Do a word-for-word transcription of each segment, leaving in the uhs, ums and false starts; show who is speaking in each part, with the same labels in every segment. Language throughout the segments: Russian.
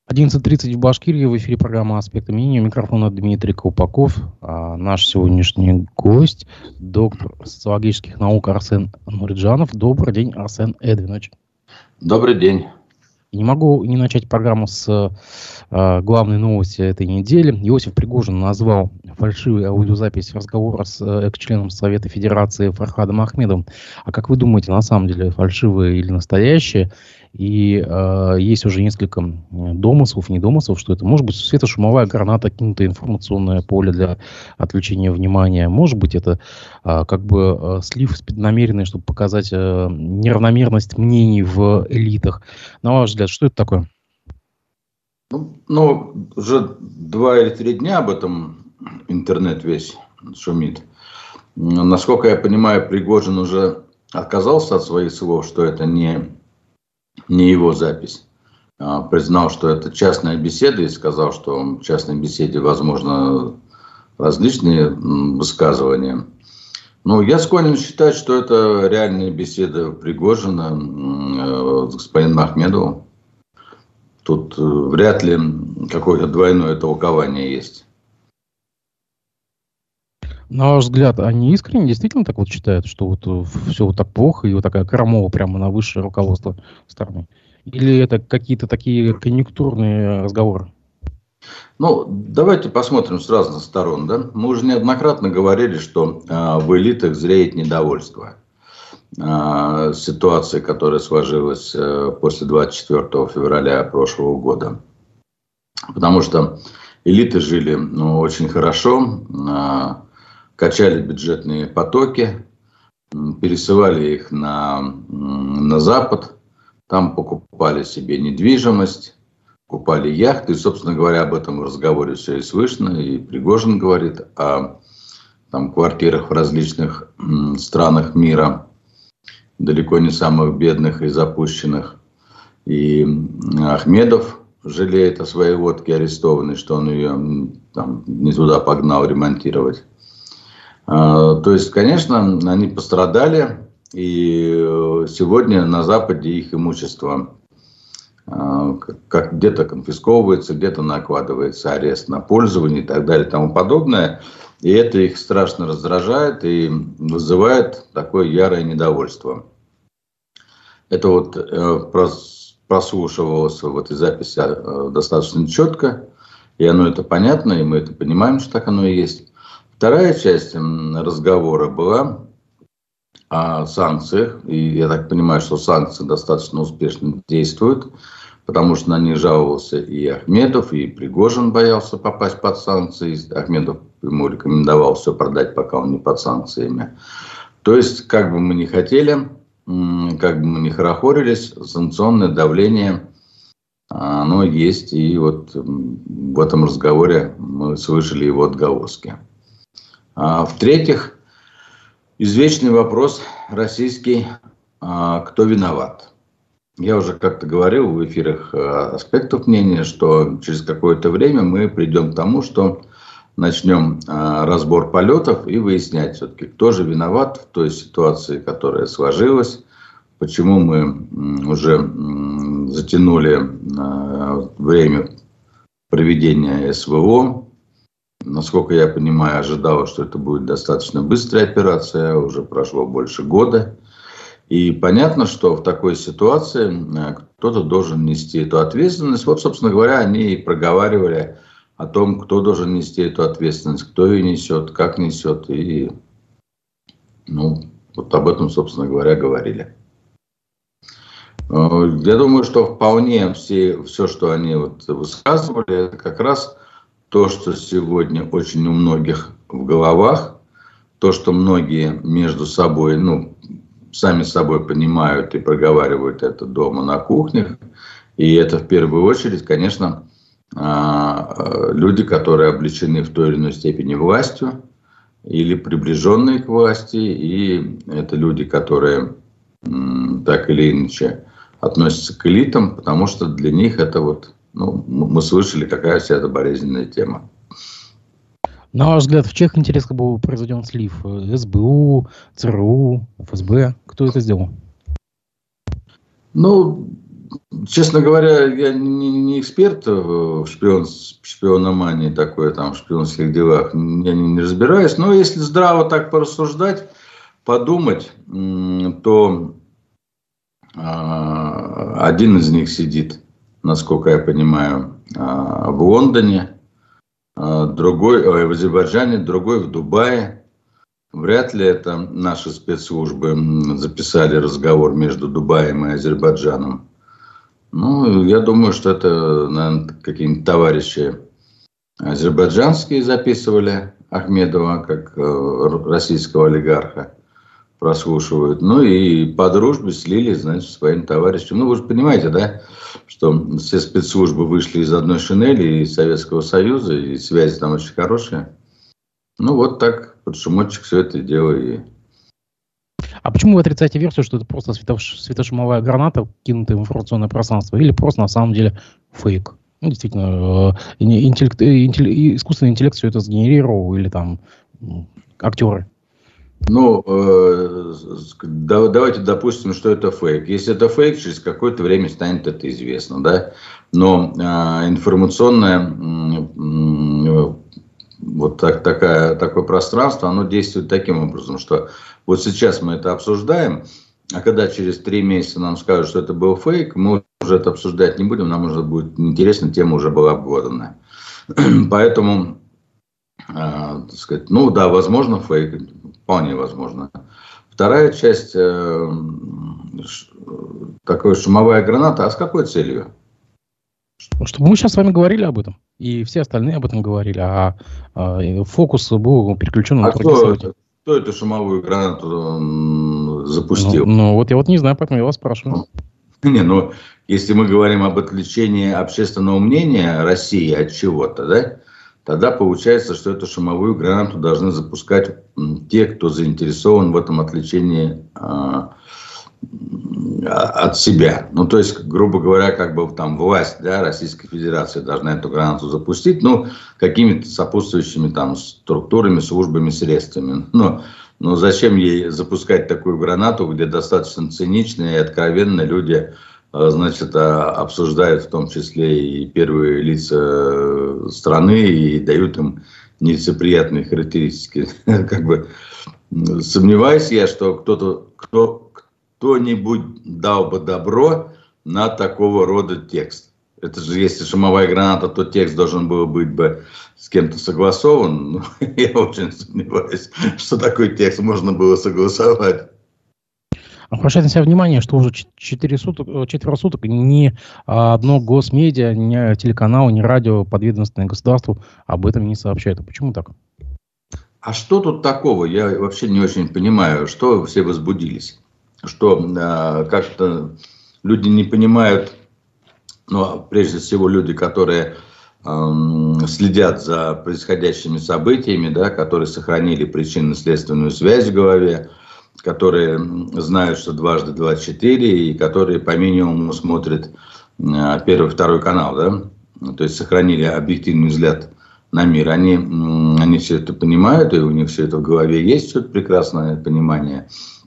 Speaker 1: одиннадцать тридцать в Башкирии. В эфире программа «Аспекты мнения». У микрофона Дмитрий Колпаков. А наш сегодняшний гость, доктор социологических наук Арсен Нуриджанов. Добрый день, Арсен Эдвинович.
Speaker 2: Добрый день.
Speaker 1: И не могу не начать программу с э, главной новости этой недели. Иосиф Пригожин назвал фальшивой аудиозапись разговора с э, экс-членом Совета Федерации Фархадом Ахмедовым. А как вы думаете, на самом деле фальшивая или настоящая? И э, есть уже несколько домыслов, не домыслов, что это может быть светошумовая граната, кинутое информационное поле для отвлечения внимания. Может быть, это э, как бы э, слив преднамеренный, чтобы показать э, неравномерность мнений в элитах. На ваш взгляд, что это такое?
Speaker 2: Ну, ну, уже два или три дня об этом интернет весь шумит. Насколько я понимаю, Пригожин уже отказался от своих слов, что это не, не его запись. А, признал, что это частная беседа, и сказал, что в частной беседе возможно различные высказывания. Ну, я склонен считать, что это реальная беседа Пригожина с господином Ахмедовым. Тут вряд ли какое-то двойное толкование есть.
Speaker 1: На ваш взгляд, они искренне действительно так вот считают, что вот все вот так плохо, и вот такая крамола прямо на высшее руководство страны? Или это какие-то такие конъюнктурные разговоры?
Speaker 2: Ну, давайте посмотрим с разных сторон. Да? Мы уже неоднократно говорили, что э, в элитах зреет недовольство э, ситуацией, которая сложилась э, после двадцать четвёртого февраля прошлого года. Потому что элиты жили ну, очень хорошо, э, качали бюджетные потоки, пересылали их на, на Запад, там покупали себе недвижимость, покупали яхты. И, собственно говоря, об этом в разговоре все и слышно. И Пригожин говорит о там, квартирах в различных странах мира, далеко не самых бедных и запущенных. И Ахмедов жалеет о своей водке арестованной, что он ее там, не туда погнал ремонтировать. То есть, конечно, они пострадали. И сегодня на Западе их имущество как где-то конфисковывается, где-то накладывается арест на пользование и так далее и тому подобное. И это их страшно раздражает и вызывает такое ярое недовольство. Это вот прослушивалось в этой записи достаточно четко, и оно это понятно, и мы это понимаем, что так оно и есть. Вторая часть разговора была о санкциях, и я так понимаю, что санкции достаточно успешно действуют, потому что на них жаловался и Ахмедов, и Пригожин боялся попасть под санкции. Ахмедов ему рекомендовал все продать, пока он не под санкциями. То есть, как бы мы ни хотели, как бы мы ни хорохорились, санкционное давление, оно есть. И вот в этом разговоре мы слышали его отголоски. А в-третьих, извечный вопрос российский, кто виноват? Я уже как-то говорил в эфирах «Аспектов мнения», что через какое-то время мы придем к тому, что начнем разбор полетов и выяснять все-таки, кто же виноват в той ситуации, которая сложилась, почему мы уже затянули время проведения СВО. Насколько я понимаю, ожидалось, что это будет достаточно быстрая операция, уже прошло больше года. И понятно, что в такой ситуации кто-то должен нести эту ответственность. Вот, собственно говоря, они и проговаривали о том, кто должен нести эту ответственность, кто ее несет, как несет. И ну, вот об этом, собственно говоря, говорили. Я думаю, что вполне все, все что они вот высказывали, это как раз то, что сегодня очень у многих в головах, то, что многие между собой, ну, сами с собой понимают и проговаривают это дома на кухнях. И это в первую очередь, конечно, люди, которые облечены в той или иной степени властью или приближенные к власти. И это люди, которые так или иначе относятся к элитам, потому что для них это вот, ну, мы слышали, какая вся эта болезненная тема.
Speaker 1: На ваш взгляд, в чьих интересах был произведен слив? СБУ, ЦРУ, ФСБ? Кто это сделал?
Speaker 2: Ну, честно говоря, я не, не эксперт в шпион, шпиономании такой, там, в шпионских делах, я не, не разбираюсь, но если здраво так порассуждать, подумать, то один из них сидит, насколько я понимаю, в Лондоне, другой в Азербайджане, другой в Дубае. Вряд ли это наши спецслужбы записали разговор между Дубаем и Азербайджаном. Ну, я думаю, что это, наверное, какие-нибудь товарищи азербайджанские записывали Ахмедова, как российского олигарха, прослушивают. Ну, и по дружбе слили, значит, своим товарищам. Ну, вы же понимаете, да, что все спецслужбы вышли из одной шинели, из Советского Союза, и связи там очень хорошие. Ну, вот так под шумочек все это дело и...
Speaker 1: А почему вы отрицаете версию, что это просто светошумовая граната, кинутая в информационное пространство, или просто на самом деле фейк? Ну, действительно, интеллект, интеллект, искусственный интеллект все это сгенерировал, или там актеры?
Speaker 2: Ну, э, да, давайте допустим, что это фейк. Если это фейк, через какое-то время станет это известно, да. Но э, информационное э, вот так, такая, такое пространство, оно действует таким образом, что вот сейчас мы это обсуждаем, а когда через три месяца нам скажут, что это был фейк, мы уже это обсуждать не будем, нам уже будет неинтересно, тема уже была обглодана. Поэтому, э, так сказать, ну да, возможно фейк. Вполне возможно. Вторая часть, э, такая шумовая граната. А с какой целью?
Speaker 1: Чтобы мы сейчас с вами говорили об этом. И все остальные об этом говорили. А, а фокус был переключен на
Speaker 2: а другие события. Кто эту шумовую гранату запустил?
Speaker 1: Ну, ну, вот я вот не знаю, поэтому я вас спрашиваю.
Speaker 2: Не, ну, если мы говорим об отвлечении общественного мнения России от чего-то, да? Тогда получается, что эту шумовую гранату должны запускать те, кто заинтересован в этом отвлечении а, от себя. Ну, то есть, грубо говоря, как бы там власть, да, Российской Федерации должна эту гранату запустить, ну, какими-то сопутствующими там структурами, службами, средствами. Но, но зачем ей запускать такую гранату, где достаточно циничные и откровенные люди, значит, обсуждают в том числе и первые лица страны и дают им нелицеприятные характеристики. Как бы сомневаюсь я, что кто-то, кто, кто-нибудь дал бы добро на такого рода текст. Это же, если шумовая граната, то текст должен был быть бы с кем-то согласован. Ну, я очень сомневаюсь, что такой текст можно было согласовать.
Speaker 1: Обращайте на себя внимание, что уже четыре суток, четверо суток ни одно госмедиа, ни телеканал, ни радио, подведомственное государству об этом не сообщает. А почему так?
Speaker 2: А что тут такого? Я вообще не очень понимаю, что все возбудились. Что э, как-то люди не понимают, ну, прежде всего люди, которые э, следят за происходящими событиями, да, которые сохранили причинно-следственную связь в голове, которые знают, что дважды два четыре, и которые по минимуму смотрят первый, второй канал, да, то есть сохранили объективный взгляд на мир. Они, они все это понимают, и у них все это в голове есть, все это прекрасное понимание.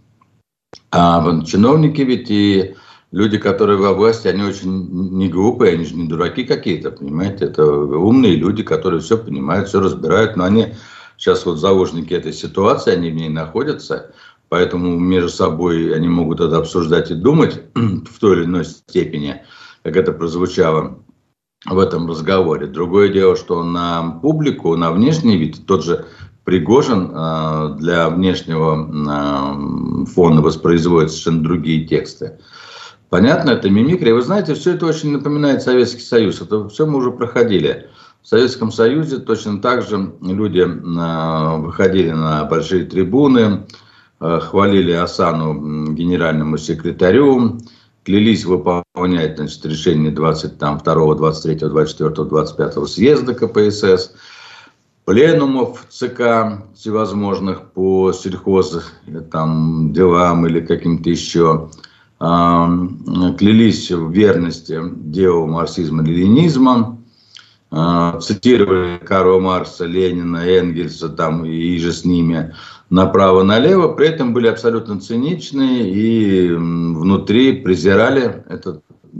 Speaker 2: А чиновники ведь и люди, которые во власти, они очень не глупые, они же не дураки какие-то, понимаете, это умные люди, которые все понимают, все разбирают, но они сейчас вот заложники этой ситуации, они в ней находятся. Поэтому между собой они могут это обсуждать и думать в той или иной степени, как это прозвучало в этом разговоре. Другое дело, что на публику, на внешний вид, тот же Пригожин э, для внешнего э, фона воспроизводит совершенно другие тексты. Понятно, это мимикрия. Вы знаете, все это очень напоминает Советский Союз. Это все мы уже проходили. В Советском Союзе точно так же люди э, выходили на большие трибуны, хвалили Асану генеральному секретарю, клялись выполнять, значит, решение двадцать второго, двадцать третьего, двадцать четвёртого, двадцать пятого съезда ка пэ эс эс, пленумов ЦК всевозможных по сельхоз там, делам или каким-то еще. Клялись в верности делу марксизма и ленинизма, цитировали Карла Маркса, Ленина, Энгельса там, и же с ними направо-налево, при этом были абсолютно циничные и внутри презирали этот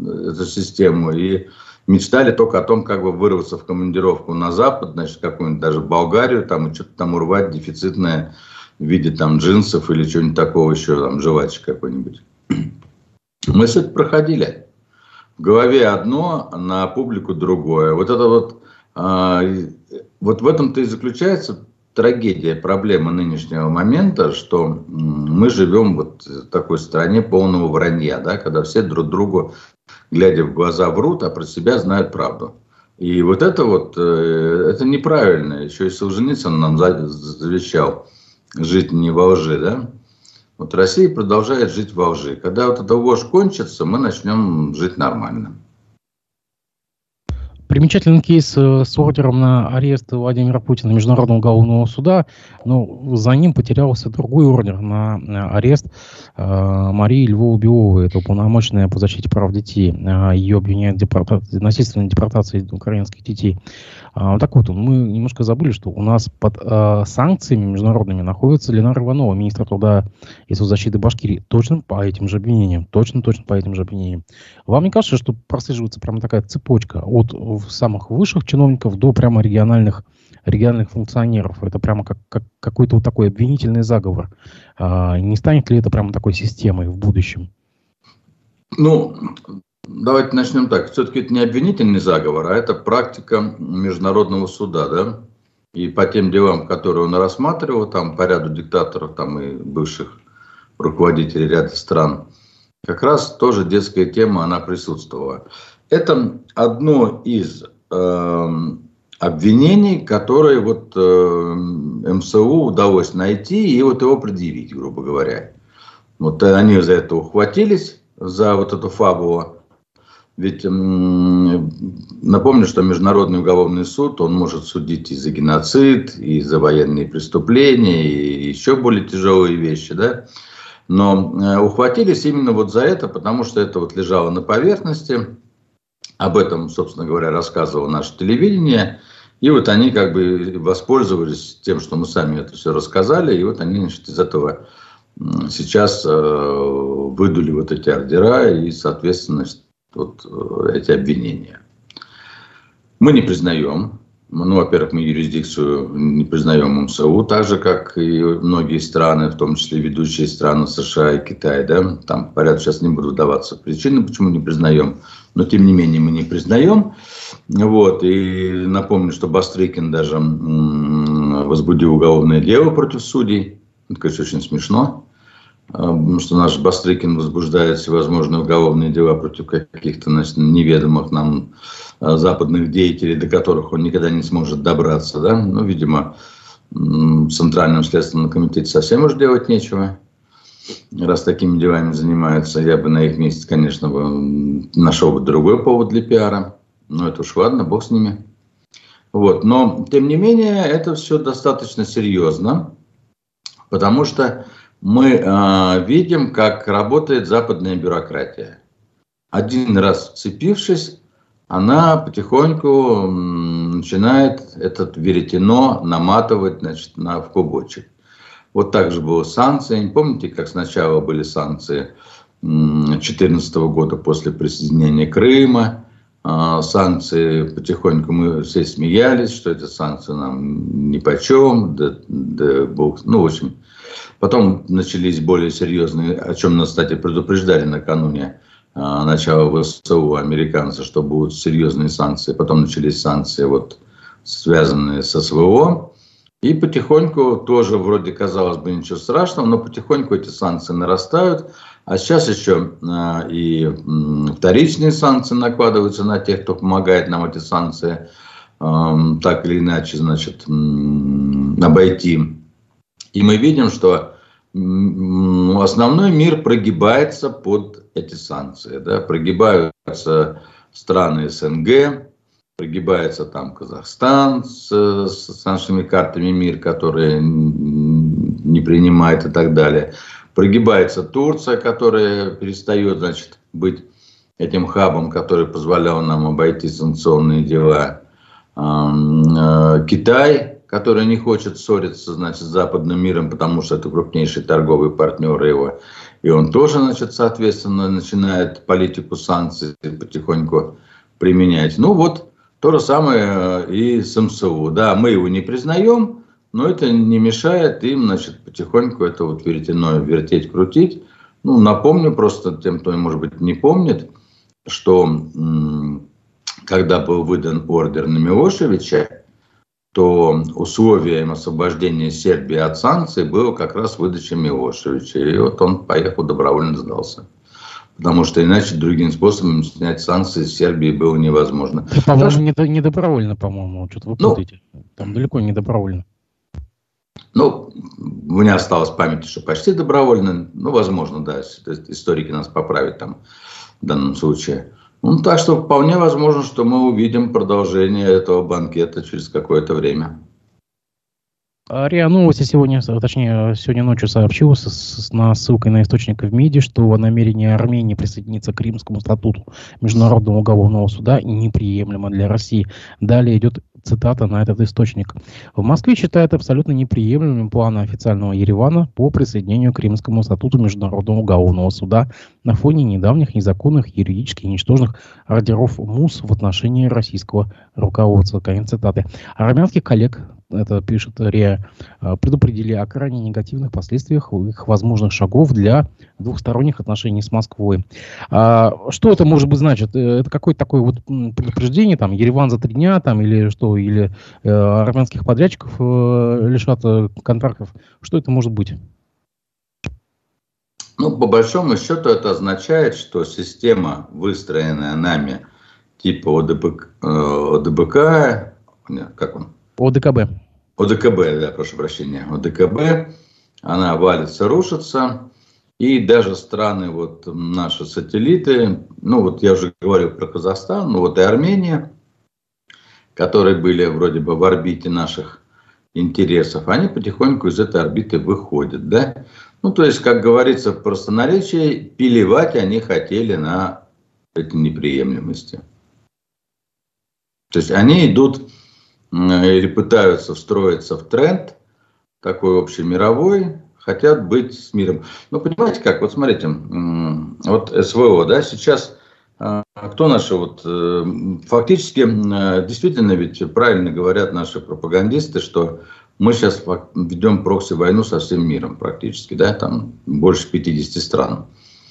Speaker 2: эту систему и мечтали только о том, как бы вырваться в командировку на Запад, значит, какую-нибудь даже Болгарию, там, и что-то там урвать дефицитное в виде там джинсов или чего-нибудь такого еще, там, жвачки какой-нибудь. Мы все это проходили. В голове одно, на публику другое. Вот это вот, а, вот в этом-то и заключается трагедия, проблема нынешнего момента, что мы живем вот в такой стране полного вранья, да, когда все друг другу, глядя в глаза, врут, а про себя знают правду. И вот это вот, это неправильно. Еще и Солженицын нам завещал жить не во лжи, да. Вот Россия продолжает жить во лжи. Когда вот эта ложь кончится, мы начнем жить нормально.
Speaker 1: Примечательный кейс с ордером на арест Владимира Путина Международного уголовного суда, но за ним потерялся другой ордер на арест э, Марии Львовой-Беловой, это уполномоченная по защите прав детей. Э, ее обвиняют в депортации, насильственной депортации украинских детей. Э, так вот, мы немножко забыли, что у нас под э, санкциями международными находится Ленара Иванова, министр труда и соцзащиты Башкирии, точно по этим же обвинениям. Точно-точно по этим же обвинениям. Вам не кажется, что прослеживается прямо такая цепочка от самых высших чиновников до прямо региональных, региональных функционеров? Это прямо как, как какой-то вот такой обвинительный заговор. А, не станет ли это прямо такой системой в будущем?
Speaker 2: Ну, давайте начнем так. Все-таки это не обвинительный заговор, а это практика международного суда, да? И по тем делам, которые он рассматривал, там по ряду диктаторов, там и бывших руководителей ряда стран, как раз тоже детская тема, она присутствовала. Это одно из э, обвинений, которые вот э, эм эс у удалось найти и вот его предъявить, грубо говоря. Вот они за это ухватились, за вот эту фабулу. Ведь э, напомню, что Международный уголовный суд, он может судить и за геноцид, и за военные преступления, и еще более тяжелые вещи, да. Но э, ухватились именно вот за это, потому что это вот лежало на поверхности. Об этом, собственно говоря, рассказывало наше телевидение. И вот они как бы воспользовались тем, что мы сами это все рассказали. И вот они, значит, из этого сейчас э, выдули вот эти ордера и, соответственно, вот эти обвинения. Мы не признаем. Ну, во-первых, мы юрисдикцию не признаем эм эс у, так же, как и многие страны, в том числе ведущие страны США и Китай. Да? Там порядок, сейчас не буду вдаваться в причины, почему не признаем. Но, тем не менее, мы не признаем. Вот. И напомню, что Бастрыкин даже возбудил уголовное дело против судей. Это, конечно, очень смешно. Потому что наш Бастрыкин возбуждает всевозможные уголовные дела против каких-то, значит, неведомых нам западных деятелей, до которых он никогда не сможет добраться. Да? Ну, видимо, в Центральном следственном комитете совсем уж делать нечего. Раз такими делами занимаются, я бы на их месте, конечно, нашел бы другой повод для пиара. Но это уж ладно, бог с ними. Вот. Но, тем не менее, это все достаточно серьезно, потому что мы э, видим, как работает западная бюрократия. Один раз вцепившись, она потихоньку начинает этот веретено наматывать, значит, на, в клубочек. Вот так же было с санкциями. Помните, как сначала были санкции две тысячи четырнадцатого года после присоединения Крыма. Э, санкции потихоньку мы все смеялись, что эти санкции нам нипочем. Да, да, бог, ну, в общем... Потом начались более серьезные, о чем нас, кстати, предупреждали накануне э, начала вэ эс у американцы, что будут серьезные санкции. Потом начались санкции, вот, связанные с эс вэ о. И потихоньку тоже вроде казалось бы ничего страшного, но потихоньку эти санкции нарастают. А сейчас еще э, и э, вторичные санкции накладываются на тех, кто помогает нам эти санкции э, так или иначе, значит, э, обойти. И мы видим, что основной мир прогибается под эти санкции. Да? Прогибаются страны эс эн гэ, прогибается там Казахстан с, с нашими картами мир, которые не принимает и так далее. Прогибается Турция, которая перестает, значит, быть этим хабом, который позволял нам обойти санкционные дела. Китай, который не хочет ссориться, значит, с западным миром, потому что это крупнейший торговый партнер его. И он тоже, значит, соответственно, начинает политику санкций потихоньку применять. Ну вот, то же самое и с эм эс у. Да, мы его не признаем, но это не мешает им, значит, потихоньку это вот веретено вертеть, крутить. Ну, напомню просто тем, кто, может быть, не помнит, что м- когда был выдан ордер на Милошевича, то условием освобождения Сербии от санкций было как раз выдача Милошевича. И вот он поехал, добровольно сдался. Потому что иначе другим способом снять санкции с Сербии было невозможно.
Speaker 1: По-моему, Даже... не, не добровольно, по-моему. Что-то вы путаете. Ну, там далеко не добровольно.
Speaker 2: Ну, у меня осталось в памяти, что почти добровольно. Ну, возможно, да. Историки нас поправят там в данном случае. Ну, так что вполне возможно, что мы увидим продолжение этого банкета через какое-то время.
Speaker 1: РИА Новости сегодня, точнее, сегодня ночью сообщила с, с, на ссылкой на источник в МИДе, что намерение Армении присоединиться к Римскому статуту Международного уголовного суда неприемлемо для России. Далее идет цитата на этот источник. В Москве считают абсолютно неприемлемым планы официального Еревана по присоединению к Римскому статуту Международного уголовного суда на фоне недавних незаконных, юридически ничтожных ордеров МУС в отношении российского руководства. Конец цитаты. Армянских коллег, это пишет РИА, предупредили о крайне негативных последствиях их возможных шагов для двухсторонних отношений с Москвой. А что это может быть значит? Это какое-то такое вот предупреждение, там, Ереван за три дня, там, или что, или э, армянских подрядчиков э, лишат э, контрактов? Что это может быть?
Speaker 2: Ну, по большому счету, это означает, что система, выстроенная нами, типа ОДБ, э, ОДБК, нет, как он?
Speaker 1: ОДКБ.
Speaker 2: ОДКБ, да, прошу прощения. ОДКБ, она валится, рушится. И даже страны, вот наши сателлиты, ну вот я уже говорил про Казахстан, ну вот и Армения, которые были вроде бы в орбите наших интересов, они потихоньку из этой орбиты выходят, да. Ну, то есть, как говорится в простонаречии, пилевать они хотели на этой неприемлемости. То есть, они идут или пытаются встроиться в тренд такой общемировой, хотят быть с миром. Ну, понимаете как, вот смотрите, вот СВО, да, сейчас кто наши, вот, фактически, действительно ведь правильно говорят наши пропагандисты, что мы сейчас ведем прокси-войну со всем миром практически, да, там больше пятидесяти стран.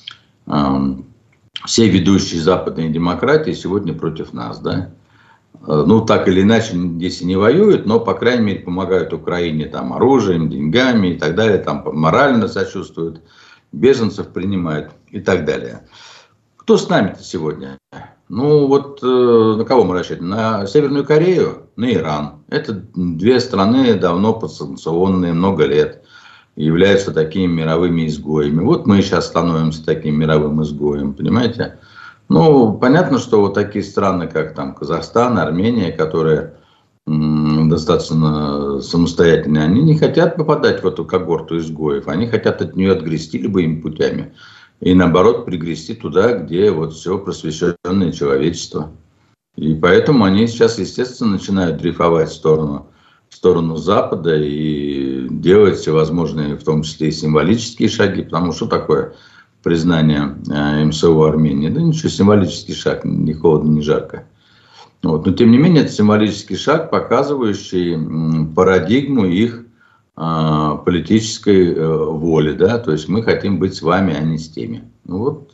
Speaker 2: Все ведущие западные демократии сегодня против нас, да. Ну, так или иначе, если не воюют, но, по крайней мере, помогают Украине там оружием, деньгами и так далее, там морально сочувствуют, беженцев принимают и так далее. Кто с нами-то сегодня? Ну, вот э, на кого мы рассчитываем? На Северную Корею, на Иран. Это две страны давно подсанкционные, много лет, являются такими мировыми изгоями. Вот мы сейчас становимся таким мировым изгоем, понимаете? Ну, понятно, что вот такие страны, как там Казахстан, Армения, которые м, достаточно самостоятельные, они не хотят попадать в эту когорту изгоев. Они хотят от нее отгрести любыми путями. И наоборот, пригрести туда, где вот все просвещенное человечество. И поэтому они сейчас, естественно, начинают дрейфовать в сторону, в сторону Запада и делать всевозможные, в том числе и символические шаги. Потому что такое признание МСО Армении? Да ничего, символический шаг, ни холодно, ни жарко. Вот. Но тем не менее, это символический шаг, показывающий парадигму их политической воли, да, то есть мы хотим быть с вами, а не с теми. Ну вот.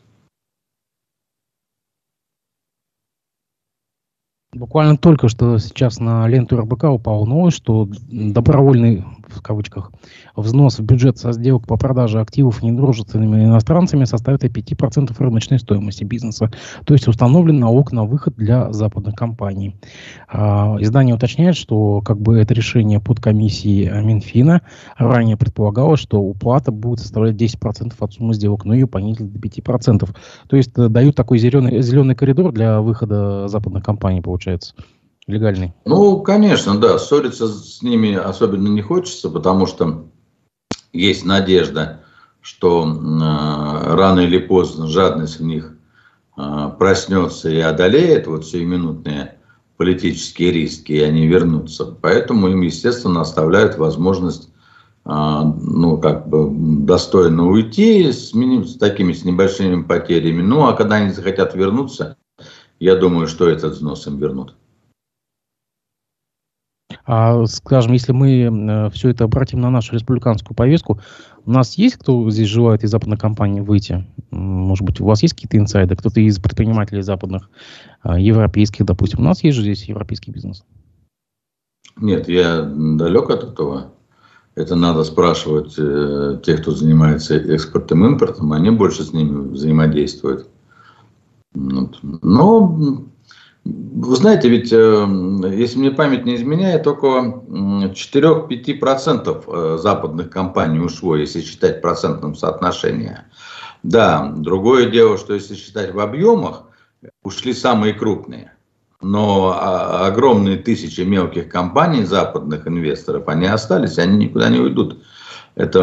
Speaker 1: Буквально только что сейчас на ленту РБК упала новость, что добровольный, в кавычках, взнос в бюджет со сделок по продаже активов недружественными иностранцами составит и пять процентов рыночной стоимости бизнеса. То есть установлен налог на выход для западных компаний. А, издание уточняет, что как бы это решение подкомиссии Минфина. Ранее предполагалось, что уплата будет составлять десять процентов от суммы сделок, но ее понизили до пяти процентов. То есть дают такой зеленый, зеленый коридор для выхода западных компаний, получается. Легальный.
Speaker 2: Ну, конечно, да, ссориться с ними особенно не хочется, потому что есть надежда, что э, рано или поздно жадность в них э, проснется и одолеет вот сиюминутные политические риски, и они вернутся. Поэтому им, естественно, оставляют возможность ну, как бы достойно уйти с, с такими с небольшими потерями. Ну, а когда они захотят вернуться, я думаю, что этот взнос им вернут.
Speaker 1: А, скажем, если мы все это обратим на нашу республиканскую повестку, у нас есть кто здесь желает из западной компании выйти? Может быть, у вас есть какие-то инсайды? Кто-то из предпринимателей западных, европейских, допустим? У нас есть же здесь европейский бизнес?
Speaker 2: Нет, я далек от этого. Это надо спрашивать э, тех, кто занимается экспортом, импортом. Они больше с ними взаимодействуют. Вот. Но, вы знаете, ведь, э, если мне память не изменяет, около четыре-пять процентов западных компаний ушло, если считать в процентном соотношении. Да, другое дело, что если считать в объемах, ушли самые крупные. Но огромные тысячи мелких компаний, западных инвесторов, они остались, они никуда не уйдут. Это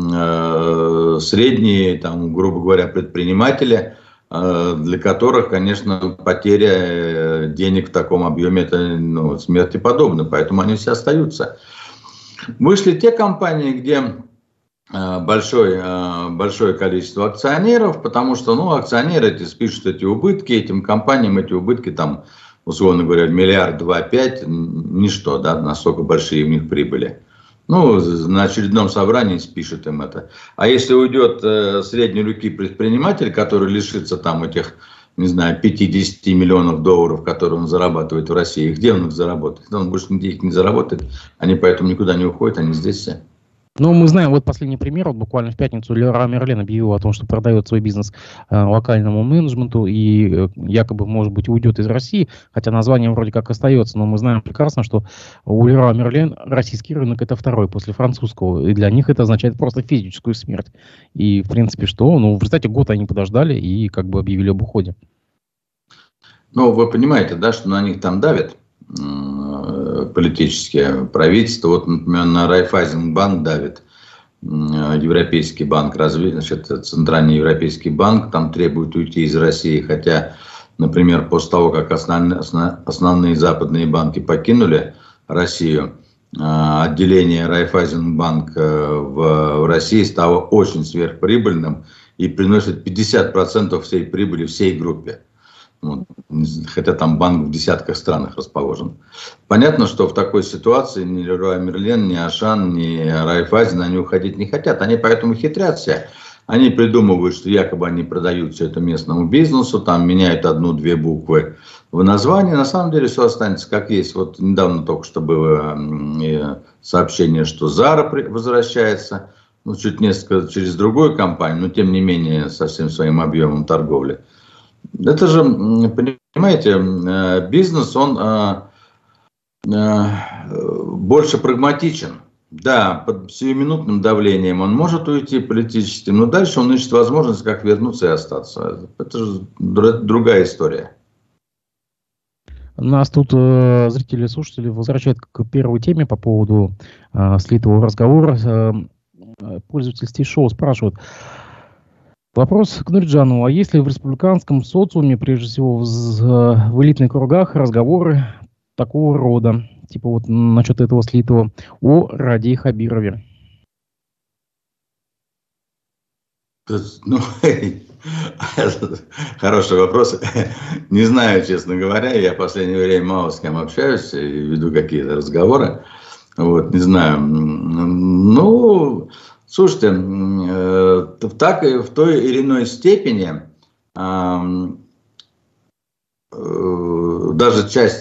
Speaker 2: э, средние, там, грубо говоря, предприниматели, э, для которых, конечно, потеря денег в таком объеме, это ну, смерти подобно, поэтому они все остаются. Вышли те компании, где э, большой, э, большое количество акционеров, потому что ну, акционеры эти спишут эти убытки, этим компаниям эти убытки там, условно говоря, миллиард два пять, ничто, да, настолько большие у них прибыли. Ну, на очередном собрании спишет им это. А если уйдет э, средней руки предприниматель, который лишится там этих, не знаю, пятьдесят миллионов долларов, которые он зарабатывает в России, где он их заработает? Он больше нигде их не заработает, они поэтому никуда не уходят, они здесь все.
Speaker 1: Ну, мы знаем, вот последний пример, вот буквально в пятницу Леруа Мерлен объявил о том, что продает свой бизнес э, локальному менеджменту и э, якобы, может быть, уйдет из России, хотя название вроде как остается, но мы знаем прекрасно, что у Леруа Мерлен российский рынок это второй после французского, и для них это означает просто физическую смерть. И, в принципе, что? Ну, в результате год они подождали и как бы объявили об уходе.
Speaker 2: Ну, вы понимаете, да, что на них там давят политические правительства. Вот, например, на Райффайзенбанк давит, Европейский банк развития, значит, Центральный Европейский банк там требует уйти из России, хотя, например, после того, как основные, основные западные банки покинули Россию, отделение Райффайзенбанк в России стало очень сверхприбыльным и приносит пятьдесят процентов всей прибыли всей группе. Хотя там банк в десятках странах расположен. Понятно, что в такой ситуации ни Леруа Мерлен, ни Ашан, ни Райффайзен, они уходить не хотят. Они поэтому хитрят все. Они придумывают, что якобы они продают все это местному бизнесу, там меняют одну-две буквы в названии. На самом деле все останется как есть. Вот недавно только что было сообщение, что Зара возвращается, ну, чуть несколько через другую компанию, но тем не менее со всем своим объемом торговли. Это же, понимаете, бизнес, он больше прагматичен. Да, под сиюминутным давлением он может уйти политическим, но дальше он ищет возможность, как вернуться и остаться. Это же другая история.
Speaker 1: Нас тут э, зрители и слушатели возвращают к первой теме по поводу э, слитого разговора. Э, пользователь Стишоу спрашивает. Вопрос к Нурджанову. А есть ли в республиканском социуме, прежде всего в, в элитных кругах, разговоры такого рода, типа вот насчет этого слитого, о Радии Хабирове?
Speaker 2: Ну, хороший вопрос. Не знаю, честно говоря. Я в последнее время мало с кем общаюсь и веду какие-то разговоры. Вот, не знаю. Ну... Слушайте, так и в той или иной степени даже часть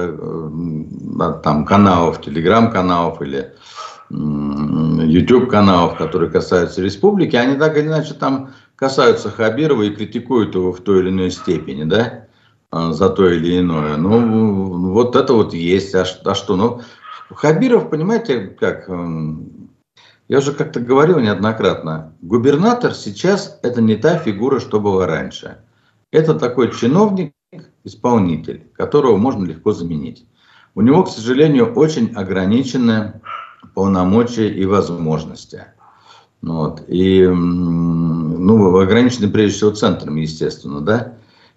Speaker 2: там, каналов, телеграм-каналов или YouTube-каналов, которые касаются республики, они так или иначе там касаются Хабирова и критикуют его в той или иной степени, да, за то или иное. Ну, вот это вот есть. А что? Ну, Хабиров, понимаете, как... Я уже как-то говорил неоднократно, губернатор сейчас это не та фигура, что была раньше. Это такой чиновник, исполнитель, которого можно легко заменить. У него, к сожалению, очень ограниченные полномочия и возможности. Вот. И ну, ограничены прежде всего центром, естественно, да.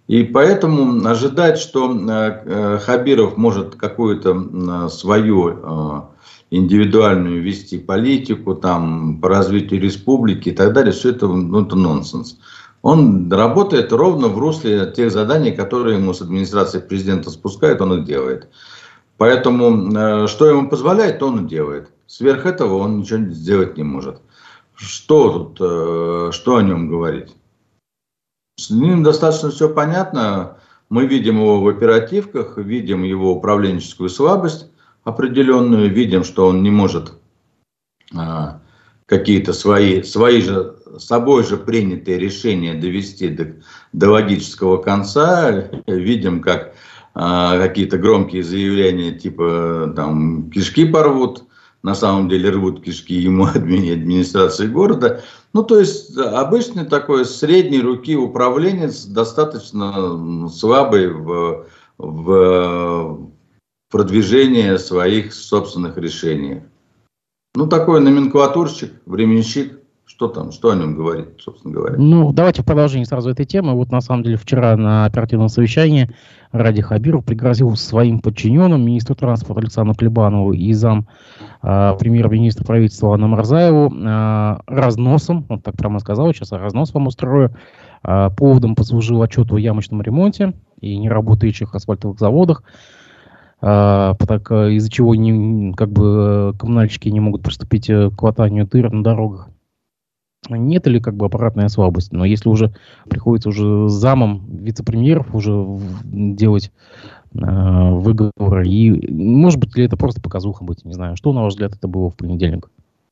Speaker 2: И поэтому ожидать, что э, Хабиров может какую-то э, свою э, индивидуальную вести политику там, по развитию республики и так далее, все это, ну, это нонсенс. Он работает ровно в русле тех заданий, которые ему с администрации президента спускают, он их делает. Поэтому, э, что ему позволяет, то он и делает. Сверх этого он ничего сделать не может. Что тут, э, что о нем говорить? С ним достаточно все понятно. Мы видим его в оперативках, видим его управленческую слабость определенную, видим, что он не может а, какие-то свои, свои же, собой же принятые решения довести до, до логического конца. Видим, как а, какие-то громкие заявления типа там кишки порвут. На самом деле рвут кишки ему администрации города. Ну, то есть, обычный такой средней руки управленец, достаточно слабый в, в продвижении своих собственных решений. Ну, такой номенклатурщик, временщик. Что там, что о нем говорить, собственно говоря?
Speaker 1: Ну, давайте в продолжении сразу этой темы. Вот, на самом деле, вчера на оперативном совещании Ради Хабиров пригрозил своим подчиненным, министру транспорта Александру Клебанову и зам э, премьер-министра правительства Анну Морзаеву, э, разносом, он так прямо сказал, сейчас я разнос вам устрою, э, поводом послужил отчет о ямочном ремонте и неработающих асфальтовых заводах, э, так, из-за чего не, как бы, коммунальщики не могут приступить к латанию дыр на дорогах. Нет ли как бы аппаратной слабости? Но если уже приходится уже замом вице-премьеров уже делать э, выговоры, и может быть ли это просто показуха быть, не знаю. Что, на ваш взгляд, это было в понедельник?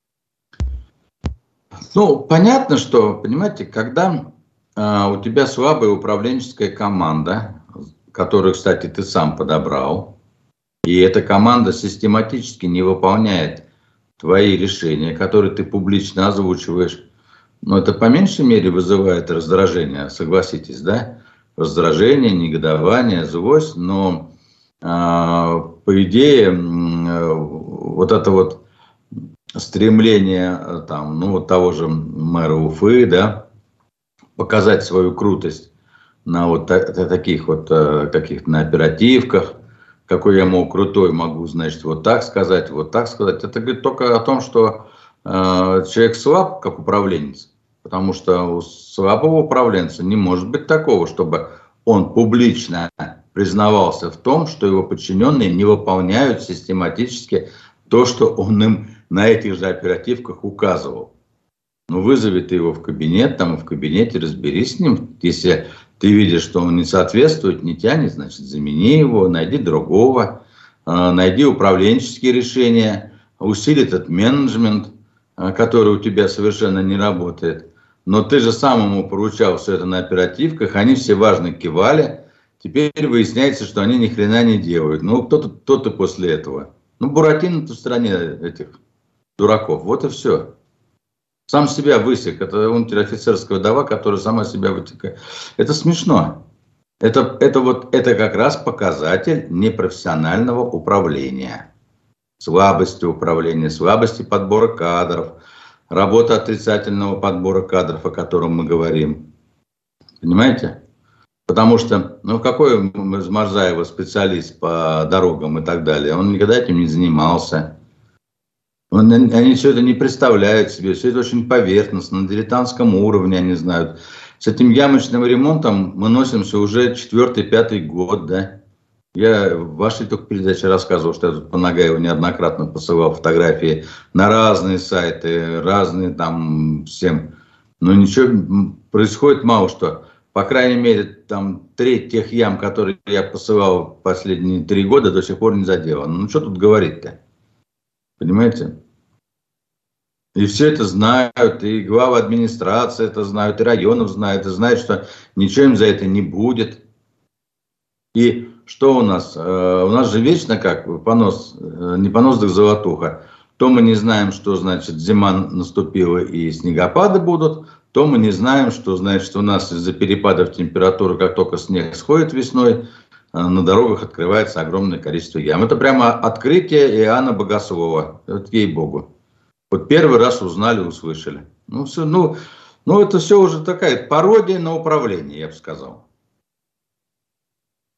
Speaker 2: Ну, понятно, что, понимаете, когда э, у тебя слабая управленческая команда, которую, кстати, ты сам подобрал, и эта команда систематически не выполняет твои решения, которые ты публично озвучиваешь, но это по меньшей мере вызывает раздражение, согласитесь, да? Раздражение, негодование, злость, но э, по идее э, вот это вот стремление там, ну, вот того же мэра Уфы, да, показать свою крутость на вот та- таких вот э, каких-то на оперативках, какой я, мол, крутой, могу, значит, вот так сказать, вот так сказать. Это говорит только о том, что э, человек слаб, как управленец. Потому что у слабого управленца не может быть такого, чтобы он публично признавался в том, что его подчиненные не выполняют систематически то, что он им на этих же оперативках указывал. Ну, вызови ты его в кабинет, там в кабинете разберись с ним. Если ты видишь, что он не соответствует, не тянет, значит, замени его, найди другого, найди управленческие решения, усили этот менеджмент, который у тебя совершенно не работает. Но ты же сам ему поручал все это на оперативках, они все важно кивали. Теперь выясняется, что они ни хрена не делают. Ну, кто-то, кто-то после этого. Ну, Буратино-то в стране этих дураков. Вот и все. Сам себя высек. Это унтер-офицерская вдова, которая сама себя вытекает. Это смешно. Это, это, вот, это как раз показатель непрофессионального управления. Слабости управления, слабости подбора кадров. Работа отрицательного подбора кадров, о котором мы говорим. Понимаете? Потому что, ну, какой из Морзаева специалист по дорогам и так далее, он никогда этим не занимался. Он, они все это не представляют себе, все это очень поверхностно, на дилетантском уровне они знают. С этим ямочным ремонтом мы носимся уже четвертый-пятый год, да. Я в вашей только передаче рассказывал, что я тут по Нагаеву неоднократно посылал фотографии на разные сайты, разные там всем. Но ничего, происходит мало что. По крайней мере, там треть тех ям, которые я посылал последние три года, до сих пор не заделано. Ну, что тут говорить-то? Понимаете? И все это знают, и главы администрации это знают, и районов знают, и знают, что ничего им за это не будет. И что у нас? У нас же вечно как понос, не понос, так золотуха. То мы не знаем, что значит зима наступила и снегопады будут, то мы не знаем, что значит, что у нас из-за перепадов температуры, как только снег сходит весной, на дорогах открывается огромное количество ям. Это прямо открытие Иоанна Богослова. Вот ей-богу. Вот первый раз узнали, услышали. Ну, все, ну, ну, это все уже такая пародия на управление, я бы сказал.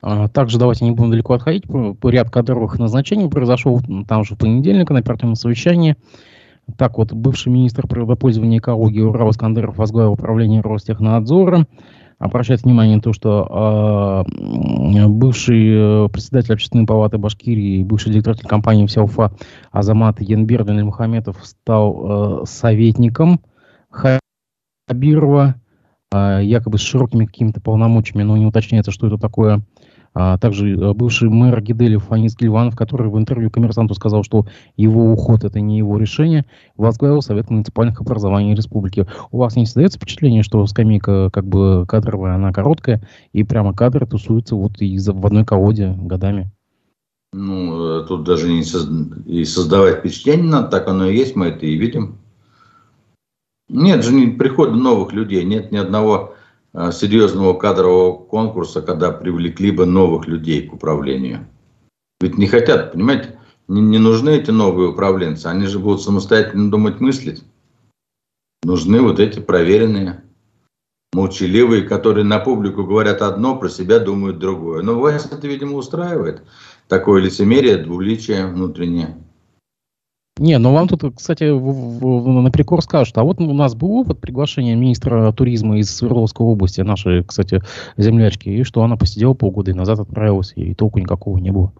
Speaker 1: Также давайте не будем далеко отходить. Ряд кадровых назначений произошел там же в понедельник на оперативном совещании. Так вот, бывший министр природопользования и экологии Урал Искандеров возглавил управление Ростехнадзора. Обращает внимание на то, что э, бывший председатель Общественной палаты Башкирии, бывший директор телекомпании «Вся Уфа» Азамат Янбердин Эльмухаметов стал э, советником Хабирова, э, якобы с широкими какими-то полномочиями, но не уточняется, что это такое. А также бывший мэр Гиделев Фанис Гильванов, который в интервью «Коммерсанту» сказал, что его уход – это не его решение, возглавил Совет муниципальных образований республики. У вас не создается впечатление, что скамейка как бы кадровая, она короткая, и прямо кадры тусуются вот и в одной колоде годами?
Speaker 2: Ну, тут даже не соз... и создавать впечатление надо, так оно и есть, мы это и видим. Нет же не прихода новых людей, нет ни одного серьезного кадрового конкурса, когда привлекли бы новых людей к управлению. Ведь не хотят, понимаете, не, не нужны эти новые управленцы, они же будут самостоятельно думать, мыслить. Нужны вот эти проверенные, молчаливые, которые на публику говорят одно, про себя думают другое. Но власть это, видимо, устраивает. Такое лицемерие, двуличие внутреннее.
Speaker 1: Не, ну вам тут, кстати, в, в, наперекор скажут, а вот у нас был опыт приглашения министра туризма из Свердловской области, нашей, кстати, землячки, и что она посидела полгода и назад отправилась, и толку никакого не было.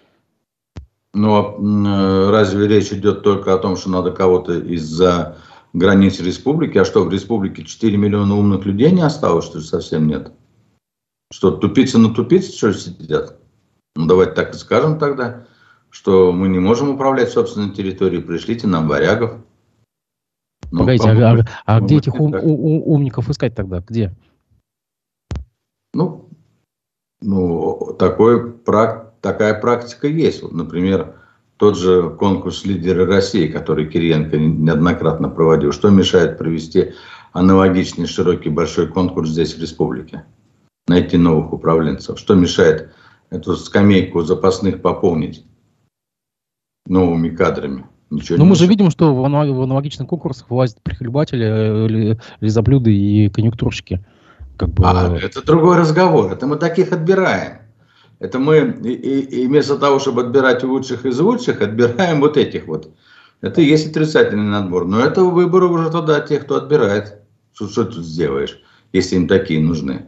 Speaker 2: Ну, разве речь идет только о том, что надо кого-то из-за границ республики, а что, в республике четыре миллиона умных людей не осталось, что ли, совсем нет? Что, тупицы на тупице, что ли, сидят? Ну, давайте так и скажем тогда, что мы не можем управлять собственной территорией, пришлите нам варягов.
Speaker 1: Ну, погодите, а, а, а где этих ум, у, умников искать тогда? Где?
Speaker 2: Ну, ну такой, такая практика есть. Вот, например, тот же конкурс «Лидеры России», который Кириенко неоднократно проводил. Что мешает провести аналогичный широкий большой конкурс здесь в республике? Найти новых управленцев. Что мешает эту скамейку запасных пополнить новыми кадрами? Ничего. Но
Speaker 1: мы же видим, что в аналогичных конкурсах влазят прихлебатели, лизоблюды и конъюнктурщики. Как бы...
Speaker 2: А это другой разговор. Это мы таких отбираем. Это мы и, и, и вместо того, чтобы отбирать лучших из лучших, отбираем вот этих вот. Это и есть отрицательный надбор. Но это выборы уже туда тех, кто отбирает. Что, что тут сделаешь, если им такие нужны?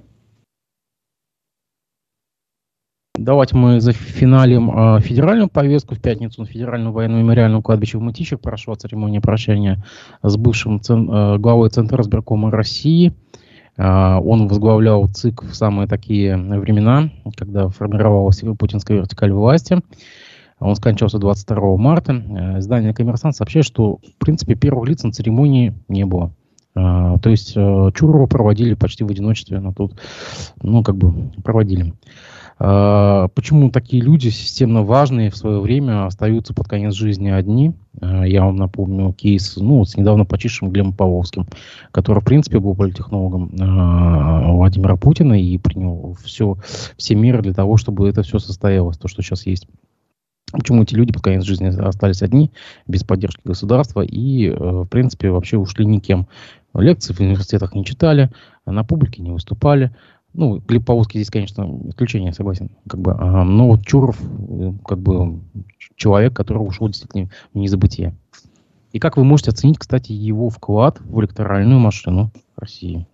Speaker 1: Давайте мы зафиналим э, федеральную повестку. В пятницу на Федеральном военно-мемориальном кладбище в Мытищах прошла церемония прощания с бывшим цен, э, главой Центра избиркома России. Э, он возглавлял ЦИК в самые такие времена, когда формировалась путинская вертикаль власти. Он скончался двадцать второго марта. Э, издание «Коммерсант» сообщает, что, в принципе, первых лиц на церемонии не было. Э, то есть э, Чурова проводили почти в одиночестве, но тут, ну, как бы проводили. Почему такие люди, системно важные в свое время, остаются под конец жизни одни? Я вам напомню кейс ну, с недавно почившим Глебом Павловским, который, в принципе, был политтехнологом Владимира Путина и принял все, все меры для того, чтобы это все состоялось, то, что сейчас есть. Почему эти люди под конец жизни остались одни, без поддержки государства и, в принципе, вообще ушли никем? Лекции в университетах не читали, на публике не выступали. Ну, Глеб Павловский здесь, конечно, исключение, согласен. Как бы, ага, но вот Чуров, как бы, человек, который ушел действительно в незабытие. И как вы можете оценить, кстати, его вклад в электоральную машину России?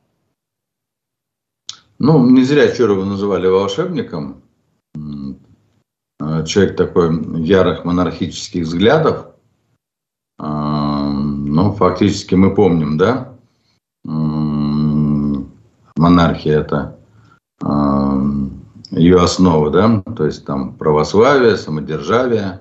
Speaker 2: Ну, не зря Чурова называли волшебником. Человек такой ярых монархических взглядов. Ну, фактически мы помним, да? Монархия – это ее основа, да, то есть там православие, самодержавие.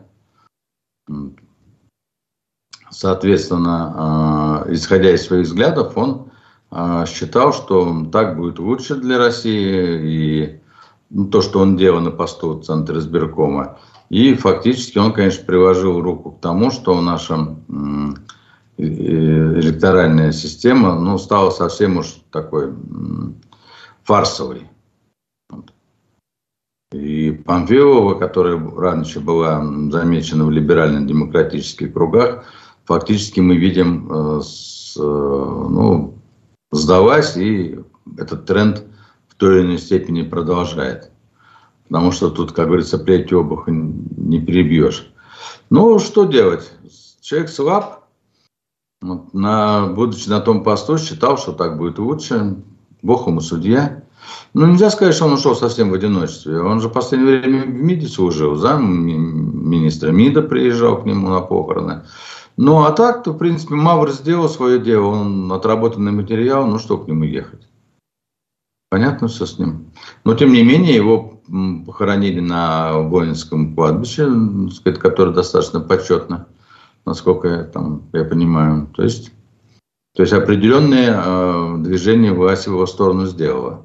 Speaker 2: Соответственно, исходя из своих взглядов, он считал, что так будет лучше для России, и то, что он делал на посту Центра избиркома. И фактически он, конечно, приложил руку к тому, что наша электоральная система, ну, стала совсем уж такой фарсовой. И Памфилова, которая раньше была замечена в либерально-демократических кругах, фактически мы видим, э, с, э, ну, сдалась, и этот тренд в той или иной степени продолжает. Потому что тут, как говорится, плетью обуха не перебьешь. Ну, что делать? Человек слаб. Вот, на, будучи на том посту, считал, что так будет лучше. Бог ему судья. Ну, нельзя сказать, что он ушел совсем в одиночестве. Он же в последнее время в МИДе служил. Замминистра МИДа приезжал к нему на похороны. Ну, а так-то, в принципе, Мавр сделал свое дело. Он отработанный материал, ну, что к нему ехать? Понятно все с ним. Но, тем не менее, его похоронили на воинском кладбище, которое достаточно почетно, насколько я, там, я понимаю. То есть, то есть определенные э, движения власть в его сторону сделала.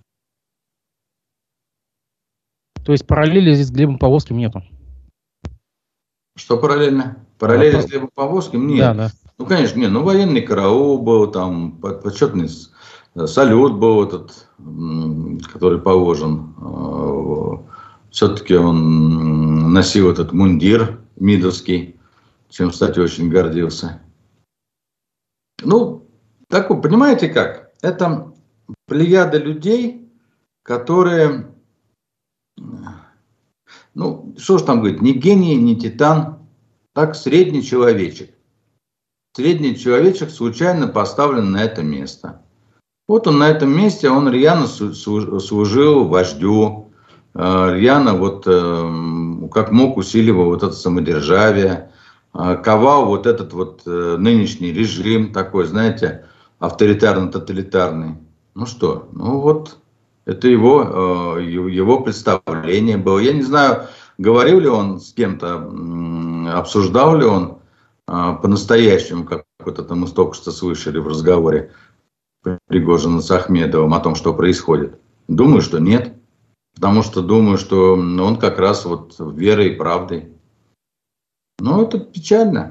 Speaker 1: То есть параллели здесь с Глебом Павловским нету?
Speaker 2: Что параллельно? Параллели
Speaker 1: а,
Speaker 2: с Глебом Павловским? Нет.
Speaker 1: Да, да.
Speaker 2: Ну, конечно, нет. Ну, военный караул был, там, почетный салют был этот, который положен. Все-таки он носил этот мундир мидовский, чем, кстати, очень гордился. Ну, так вы понимаете как? Это плеяда людей, которые, ну, что ж там говорить, не гений, не титан, так средний человечек. Средний человечек случайно поставлен на это место. Вот он на этом месте, он рьяно служил вождю, рьяно вот как мог усиливал вот это самодержавие, ковал вот этот вот нынешний режим такой, знаете, авторитарно-тоталитарный. Ну что, ну вот это его, его представление было. Я не знаю, говорил ли он с кем-то, обсуждал ли он по-настоящему, как вот это мы только что слышали в разговоре Пригожина с Ахмедовым о том, что происходит. Думаю, что нет. Потому что думаю, что он как раз вот верой и правдой. Ну, это печально.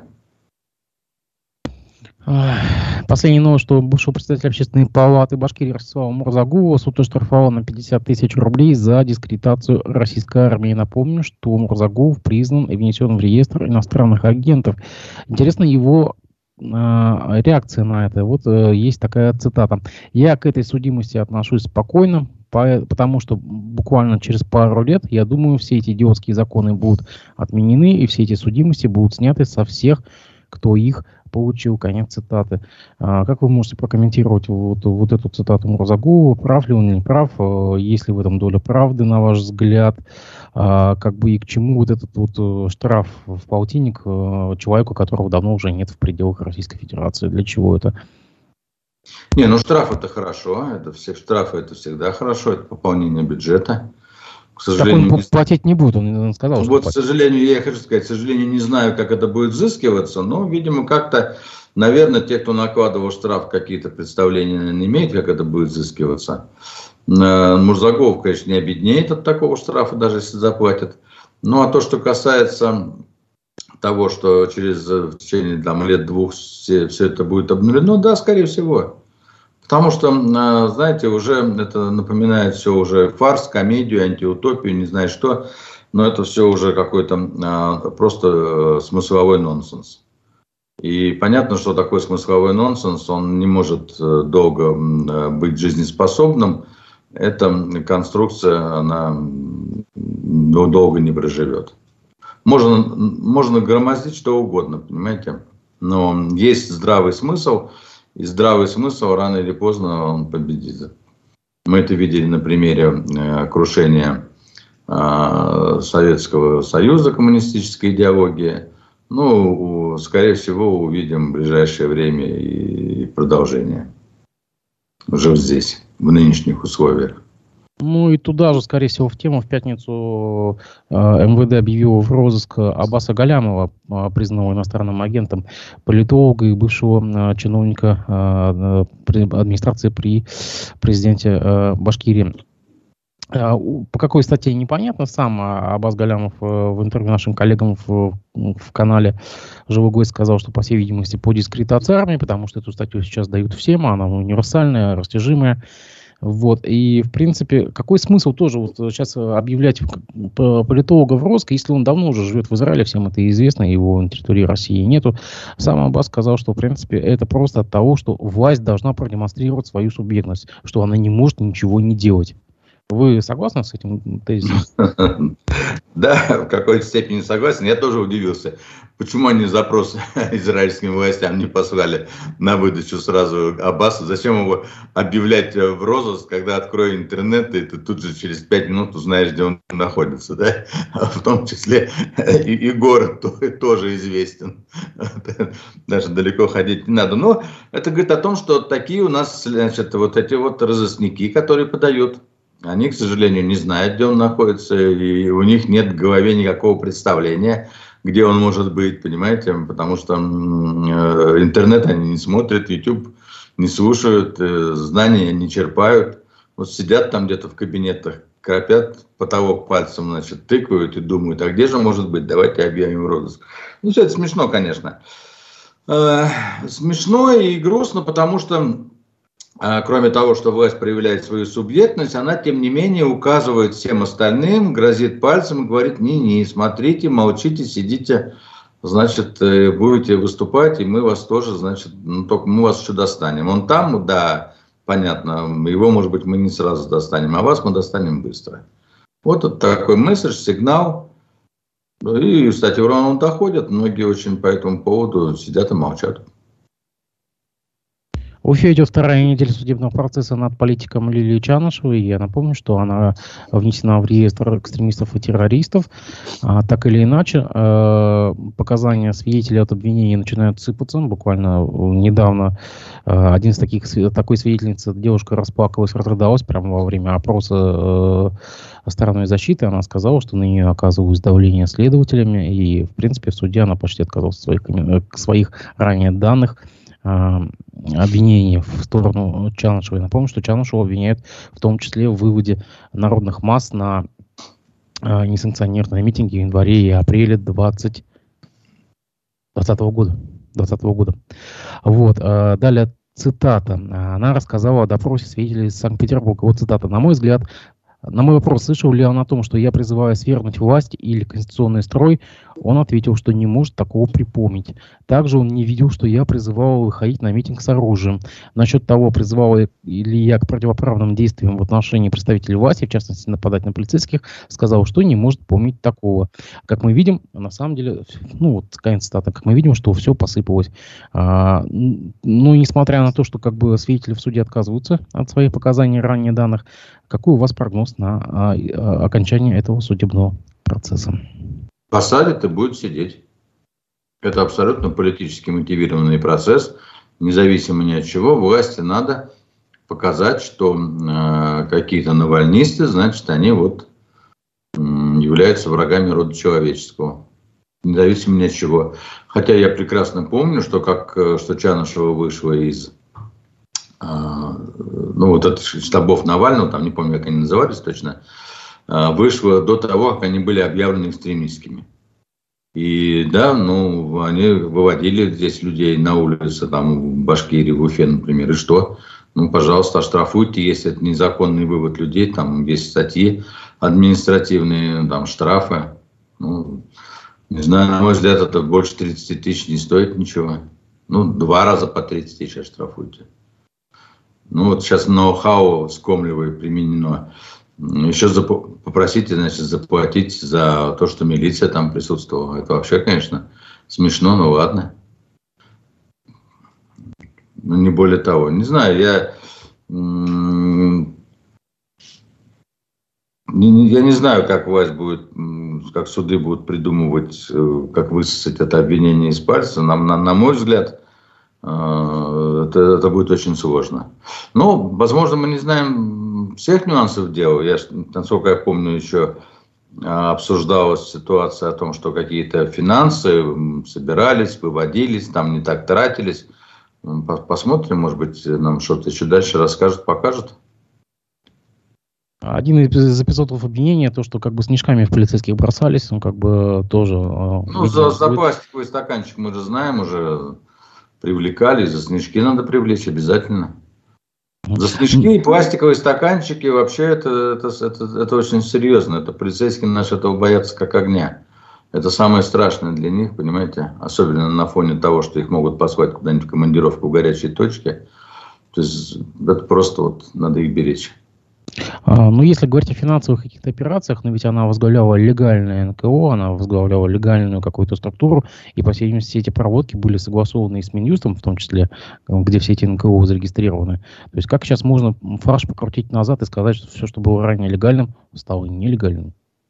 Speaker 1: Последняя новость, что бывшего председателя общественной палаты Башкирии Ростислава Мурзагулова суд оштрафовал на пятьдесят тысяч рублей за дискредитацию российской армии. Напомню, что Мурзагулов признан и внесен в реестр иностранных агентов. Интересно его э, реакция на это. Вот э, есть такая цитата. «Я к этой судимости отношусь спокойно, потому что буквально через пару лет, я думаю, все эти идиотские законы будут отменены, и все эти судимости будут сняты со всех, кто их получил». Конец цитаты. А, как вы можете прокомментировать вот, вот эту цитату Мурзагулова? Прав ли он или не прав? Есть ли в этом доля правды, на ваш взгляд? А, как бы и к чему вот этот вот штраф в полтинник человеку, которого давно уже нет в пределах Российской Федерации? Для чего это?
Speaker 2: Не, ну штраф это хорошо, это все штрафы это всегда хорошо, это пополнение бюджета. К сожалению,
Speaker 1: так он платить не будет, он сказал, что
Speaker 2: вот,
Speaker 1: платить.
Speaker 2: К сожалению, я хочу сказать, к сожалению, не знаю, как это будет взыскиваться, но, видимо, как-то, наверное, те, кто накладывал штраф, какие-то представления не имеют, как это будет взыскиваться. Мурзагулов, конечно, не обеднеет от такого штрафа, даже если заплатят. Ну, а то, что касается того, что через в течение там, лет двух все, все это будет обнулено, да, скорее всего. Потому что, знаете, уже это напоминает все уже фарс, комедию, антиутопию, не знаю что, но это все уже какой-то просто смысловой нонсенс. И понятно, что такой смысловой нонсенс, он не может долго быть жизнеспособным. Эта конструкция, она долго не проживет. Можно, можно громоздить что угодно, понимаете, но есть здравый смысл. И здравый смысл рано или поздно он победит. Мы это видели на примере э, крушения э, Советского Союза, коммунистической идеологии. Ну, скорее всего, увидим в ближайшее время и продолжение. Уже здесь, в нынешних условиях.
Speaker 1: Ну и туда же, скорее всего, в тему в пятницу э, эм вэ дэ объявило в розыск Аббаса Галямова, э, признанного иностранным агентом, политолога и бывшего э, чиновника э, при, администрации при президенте э, Башкирии. Э, по какой статье непонятно, сам Аббас Галямов э, в интервью нашим коллегам в, в канале «Живой гость» сказал, что, по всей видимости, по дискредитации армии, потому что эту статью сейчас дают всем, она универсальная, растяжимая. Вот. И, в принципе, какой смысл тоже вот сейчас объявлять политолога в розыск, если он давно уже живет в Израиле, всем это известно, его на территории России нету. Сам Аббас сказал, что, в принципе, это просто от того, что власть должна продемонстрировать свою субъектность, что она не может ничего не делать. Вы согласны с этим тезисом?
Speaker 2: Да, в какой-то степени согласен. Я тоже удивился, почему они запрос израильским властям не послали на выдачу сразу Аббаса. Зачем его объявлять в розыск, когда открой интернет, и ты тут же через пять минут узнаешь, где он находится. Да? В том числе и, и город тоже известен. Даже далеко ходить не надо. Но это говорит о том, что такие у нас, значит, вот эти вот разыскники, которые подают. Они, к сожалению, не знают, где он находится, и у них нет в голове никакого представления, где он может быть, понимаете, потому что интернет они не смотрят, YouTube не слушают, знания не черпают. Вот сидят там где-то в кабинетах, кропят потолок пальцем, значит, тыкают и думают, а где же может быть, давайте объявим розыск. Ну, все это смешно, конечно. Смешно и грустно, потому что кроме того, что власть проявляет свою субъектность, она, тем не менее, указывает всем остальным, грозит пальцем и говорит: не-не, смотрите, молчите, сидите, значит, будете выступать, и мы вас тоже, значит, ну, только мы вас еще достанем. Он там, да, понятно, его, может быть, мы не сразу достанем, а вас мы достанем быстро. Вот, вот такой месседж, сигнал. И, кстати, урон он доходит, многие очень по этому поводу сидят и молчат.
Speaker 1: В Уфе идет вторая неделя судебного процесса над политиком Лилией Чанышевой. Я напомню, что она внесена в реестр экстремистов и террористов. А, так или иначе, э, показания свидетелей от обвинений начинают сыпаться. Буквально недавно э, один из таких, такой свидетельницы, девушка расплакалась, разрыдалась прямо во время опроса э, стороной защиты. Она сказала, что на нее оказывалось давление следователями. И, в принципе, в суде она почти отказалась от своих, своих ранее данных обвинений в сторону Чанышевой. Напомню, что Чанышеву обвиняют в том числе в выводе народных масс на э, несанкционированные митинги в январе и апреле двадцатого года. двадцатого года. Вот, э, далее цитата. Она рассказала о допросе свидетелей из Санкт-Петербурга. Вот цитата. На мой взгляд, на мой вопрос, слышал ли он о том, что я призываю свергнуть власть или конституционный строй, он ответил, что не может такого припомнить. Также он не видел, что я призывал выходить на митинг с оружием. Насчет того, призывал ли я к противоправным действиям в отношении представителей власти, в частности, нападать на полицейских, сказал, что не может помнить такого. Как мы видим, на самом деле, ну вот конец цитаты, как мы видим, что все посыпалось. А, ну, несмотря на то, что как бы свидетели в суде отказываются от своих показаний ранее данных, какой у вас прогноз на а, а, окончание этого судебного процесса?
Speaker 2: Посадят и будет сидеть. Это абсолютно политически мотивированный процесс, независимо ни от чего. Власти надо показать, что э, какие-то навальнисты, значит, они вот э, являются врагами рода человеческого. Независимо ни от чего. Хотя я прекрасно помню, что как что Чанышева вышла из э, ну, вот от штабов Навального, там не помню, как они назывались точно, вышло до того, как они были объявлены экстремистскими. И да, ну, они выводили здесь людей на улицы, там, в Башкирии, в Уфе, например. И что? Ну, пожалуйста, оштрафуйте, если это незаконный вывод людей, там есть статьи административные, там, штрафы. Ну, не знаю, на мой взгляд, это больше тридцати тысяч не стоит ничего. Ну, два раза по тридцать тысяч оштрафуйте. Ну, вот сейчас ноу-хау с Комлевой применено. Еще зап- попросите, значит, заплатить за то, что милиция там присутствовала. Это вообще, конечно, смешно, но ладно. Ну, не более того. Не знаю, я... М- не, я не знаю, как власть будет, как суды будут придумывать, как высосать это обвинение из пальца. На, на, на мой взгляд, это, это будет очень сложно. Но, возможно, мы не знаем всех нюансов дела. Я, насколько я помню, еще обсуждалась ситуация о том, что какие-то финансы собирались, выводились, там не так тратились. Посмотрим, может быть, нам что-то еще дальше расскажут, покажут.
Speaker 1: Один из эпизодов обвинения, то, что как бы снежками в полицейских бросались, он как бы тоже...
Speaker 2: Ну, видимо, за, за пластиковый стаканчик мы же знаем, уже привлекали, за снежки надо привлечь обязательно. За снежки и пластиковые стаканчики вообще это, это, это, это очень серьезно. Это полицейские наши этого боятся как огня. Это самое страшное для них, понимаете? Особенно на фоне того, что их могут послать куда-нибудь в командировку в горячие точки. То есть это просто вот надо их беречь.
Speaker 1: А, ну, если говорить о финансовых каких-то операциях, но ведь она возглавляла легальное эн ка о, она возглавляла легальную какую-то структуру, и, по всей видимости, все эти проводки были согласованы и с Минюстом, в том числе, э, где все эти эн ка о зарегистрированы. То есть как сейчас можно фарш покрутить назад и сказать, что все, что было ранее легальным, стало нелегальным?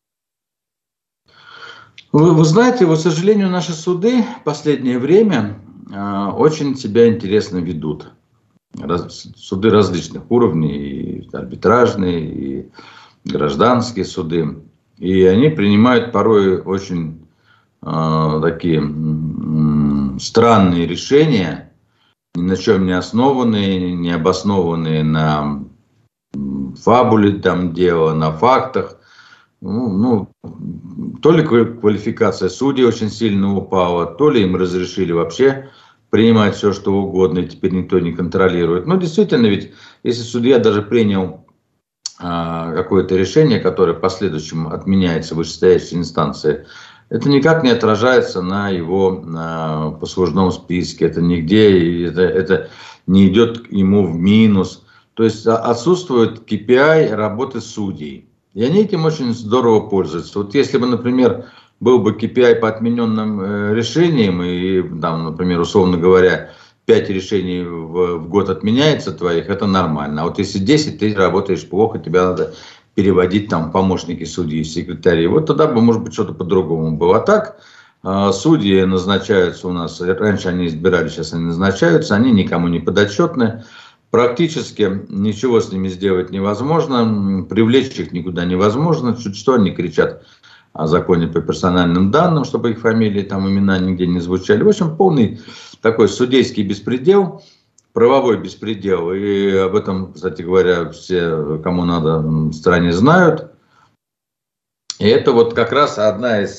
Speaker 2: Вы, вы знаете, вот, к сожалению, наши суды в последнее время э, очень себя интересно ведут. Раз, суды различных уровней, и арбитражные, и гражданские суды. И они принимают порой очень э, такие м, странные решения, ни на чем не основанные, не обоснованные на фабуле там дела, на фактах. Ну, ну, то ли квалификация судей очень сильно упала, то ли им разрешили вообще принимать все, что угодно, и теперь никто не контролирует. Но действительно, ведь если судья даже принял а, какое-то решение, которое в последующем отменяется в вышестоящей инстанции, это никак не отражается на его на послужном списке, это нигде, это, это не идет ему в минус. То есть отсутствует кей пи ай работы судей. И они этим очень здорово пользуются. Вот если бы, например, был бы кей пи ай по отмененным э, решениям, и там, например, условно говоря, пять решений в, в год отменяется твоих, это нормально. А вот если десять, ты работаешь плохо, тебя надо переводить там помощники судьи, секретари. Вот тогда бы, может быть, что-то по-другому было. А так, э, судьи назначаются у нас, раньше они избирали, сейчас они назначаются, они никому не подотчетны. Практически ничего с ними сделать невозможно, привлечь их никуда невозможно. Чуть что они кричат о законе по персональным данным, чтобы их фамилии, там имена нигде не звучали. В общем, полный такой судейский беспредел, правовой беспредел. И об этом, кстати говоря, все, кому надо, в стране знают. И это вот как раз одна из,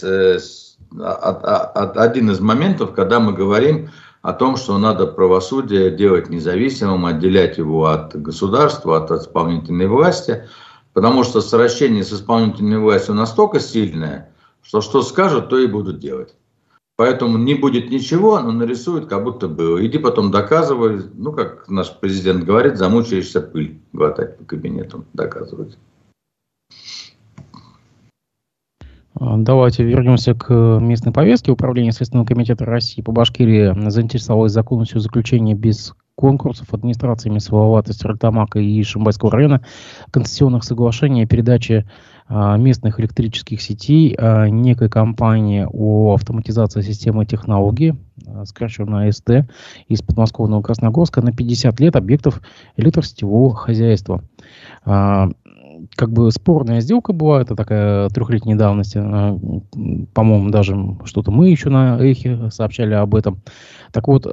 Speaker 2: один из моментов, когда мы говорим о том, что надо правосудие делать независимым, отделять его от государства, от исполнительной власти, потому что сращение с исполнительной властью настолько сильное, что что скажут, то и будут делать. Поэтому не будет ничего, но нарисуют, как будто было. Иди потом доказывай, ну, как наш президент говорит, замучаешься пыль глотать по кабинетам, доказывать.
Speaker 1: Давайте вернемся к местной повестке. Управление Следственного комитета России по Башкирии заинтересовалось законностью заключения без конкурсов администрациями Салавата, Стерлитамака и Шимбайского района концессионных соглашений о передаче а, местных электрических сетей а, некой компании о автоматизации системы технологий, а, сокращенно а эс тэ, из подмосковного Красногорска на пятьдесят лет объектов электросетевого хозяйства. А, Как бы спорная сделка была, это такая трехлетней давности, по-моему, даже что-то мы еще на Эхе сообщали об этом. Так вот,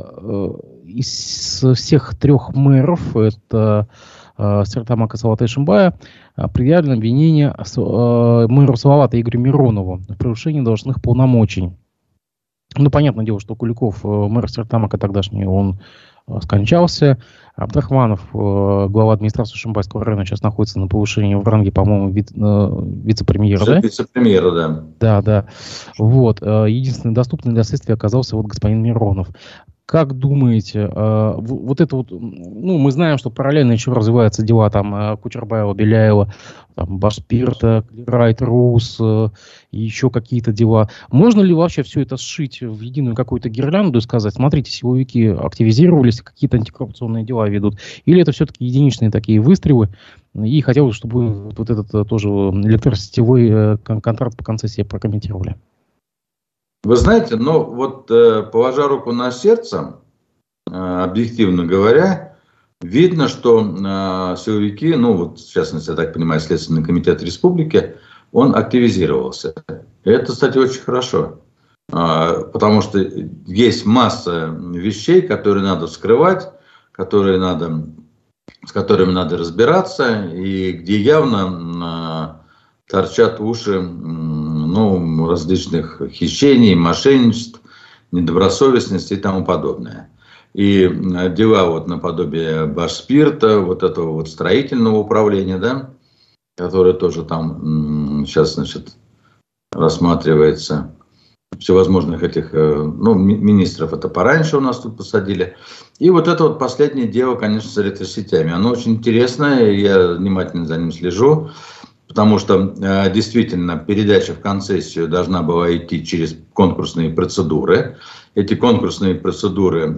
Speaker 1: из всех трех мэров, это Стерлитамака, Салавата и Шимбая, предъявлено обвинение мэру Салавата Игорю Миронову в превышении должностных полномочий. Ну, понятное дело, что Куликов, мэр Стерлитамака тогдашний, он скончался. Абдрахманов, глава администрации Шимбайского района, сейчас находится на повышении в ранге, по-моему, вице- вице-премьера, да?
Speaker 2: Вице-премьера, да.
Speaker 1: Да, да. Вот. Единственный доступный для следствия оказался вот господин Миронов. Как думаете, вот это вот, ну, мы знаем, что параллельно еще развиваются дела там Кучербаева, Беляева, там, Башспирта, Райт Рус, и еще какие-то дела. Можно ли вообще все это сшить в единую какую-то гирлянду и сказать, смотрите, силовики активизировались, какие-то антикоррупционные дела ведут? Или это все-таки единичные такие выстрелы? И хотелось, чтобы вот, вот этот тоже электросетевой контракт по концессии прокомментировали.
Speaker 2: Вы знаете, ну вот, э, положа руку на сердце, э, объективно говоря, видно, что э, силовики, ну вот в частности, я так понимаю, Следственный комитет республики, он активизировался. И это, кстати, очень хорошо, э, потому что есть масса вещей, которые надо вскрывать, которые надо, с которыми надо разбираться, и где явно э, торчат уши ну, различных хищений, мошенничеств, недобросовестности и тому подобное. И дела вот наподобие Башспирта, вот этого вот строительного управления, да, которое тоже там сейчас, значит, рассматривается. всевозможных этих, ну, министров это пораньше у нас тут посадили. И вот это вот последнее дело, конечно, с электросетями. Оно очень интересное, я внимательно за ним слежу, потому что действительно передача в концессию должна была идти через конкурсные процедуры. Эти конкурсные процедуры,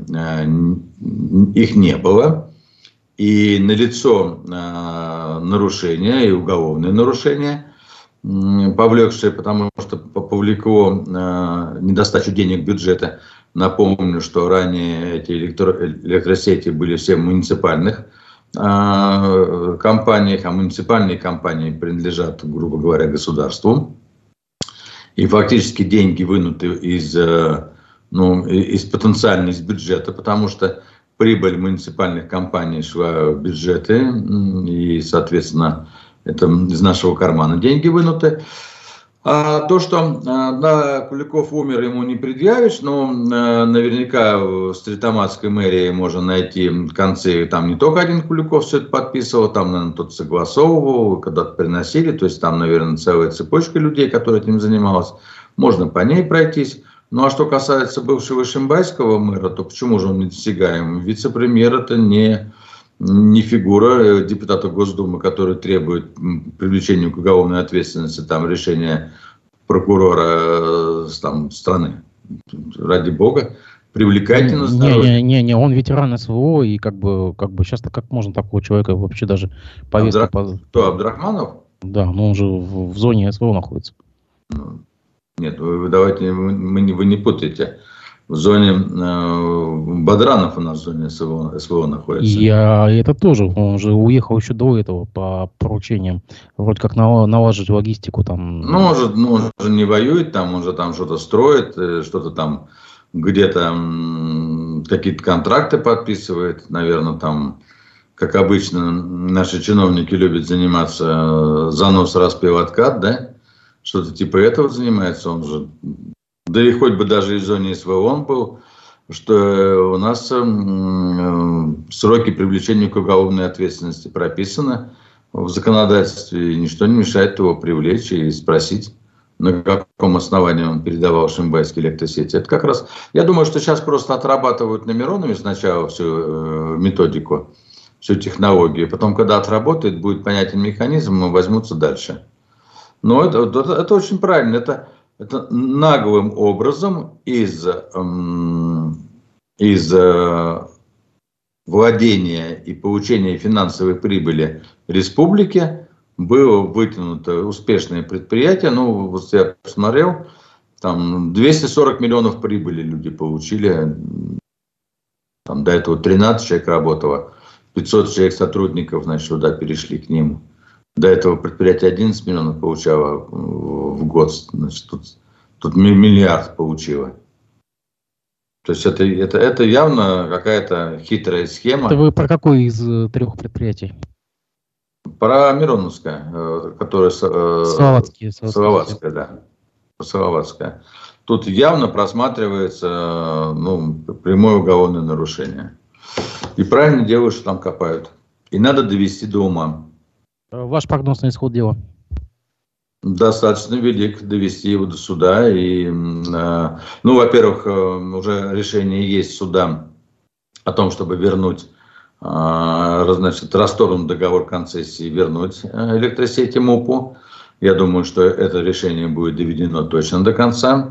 Speaker 2: их не было. И налицо нарушения, и уголовные нарушения, повлекшее, потому что повлекло э, недостачу денег бюджета. Напомню, что ранее эти электро электросети были все в муниципальных э, компаниях, а муниципальные компании принадлежат, грубо говоря, государству. И фактически деньги вынуты из, э, ну, из потенциально из бюджета, потому что прибыль муниципальных компаний шла в бюджеты, и, соответственно, это из нашего кармана деньги вынуты. А то, что да, Куликов умер, ему не предъявишь, но наверняка в Стерлитамакской мэрии можно найти в конце, там не только один Куликов все это подписывал, там, наверное, тот согласовывал, когда-то приносили, то есть там, наверное, целая цепочка людей, которые этим занималась. Можно по ней пройтись. Ну а что касается бывшего шимбайского мэра, то почему же он недосягаем? Вице-премьер это не... не фигура депутата Госдумы, который требует привлечения к уголовной ответственности, там, решения прокурора там, страны. Ради бога, привлекайте нас.
Speaker 1: Не-не-не, он ветеран СВО, и как бы, как бы сейчас-то как можно такого человека вообще даже повестку...
Speaker 2: Абдрах... Кто, Абдрахманов?
Speaker 1: Да, но он же в, в зоне СВО находится.
Speaker 2: Нет, вы давайте, вы, вы не путаете. В зоне э, Бадранов у нас в зоне СВО, СВО находится.
Speaker 1: Я это тоже. Он же уехал еще до этого по поручениям. Вроде как налаживать логистику там.
Speaker 2: Ну, он же, ну, он же не воюет там, он же там что-то строит, что-то там где-то какие-то контракты подписывает. Наверное, там, как обычно, наши чиновники любят заниматься занос, распил, откат, да? Что-то типа этого занимается он же. Да и хоть бы даже и в зоне СВО он был, что у нас э, сроки привлечения к уголовной ответственности прописаны в законодательстве, и ничто не мешает его привлечь и спросить, на каком основании он передавал шимбайские электросети. Это как раз, я думаю, что сейчас просто отрабатывают на Миронове сначала всю э, методику, всю технологию, потом, когда отработает, будет понятен механизм, и возьмутся дальше. Но это, это, это очень правильно, это... Это наглым образом из, из владения и получения финансовой прибыли республики было вытянуто успешное предприятие. Ну, вот я посмотрел, там двести сорок миллионов прибыли люди получили. Там до этого тринадцать человек работало, пятьсот человек сотрудников, значит, сюда перешли к ним. До этого предприятие одиннадцать миллионов получало в год. Значит, тут, тут миллиард получило. То есть это, это, это явно какая-то хитрая схема.
Speaker 1: Это вы про какой из трех предприятий?
Speaker 2: Про Мироновское, которое Салаватское, Салаватское, да. Салаватское. Тут явно просматривается, ну, прямое уголовное нарушение. И правильно делают, что там копают. И надо довести до ума.
Speaker 1: Ваш прогноз на исход дела?
Speaker 2: Достаточно велик, довести его до суда. И, ну, во-первых, уже решение есть суда о том, чтобы вернуть, значит, расторгнуть договор концессии, вернуть электросети МУПу. Я думаю, что это решение будет доведено точно до конца.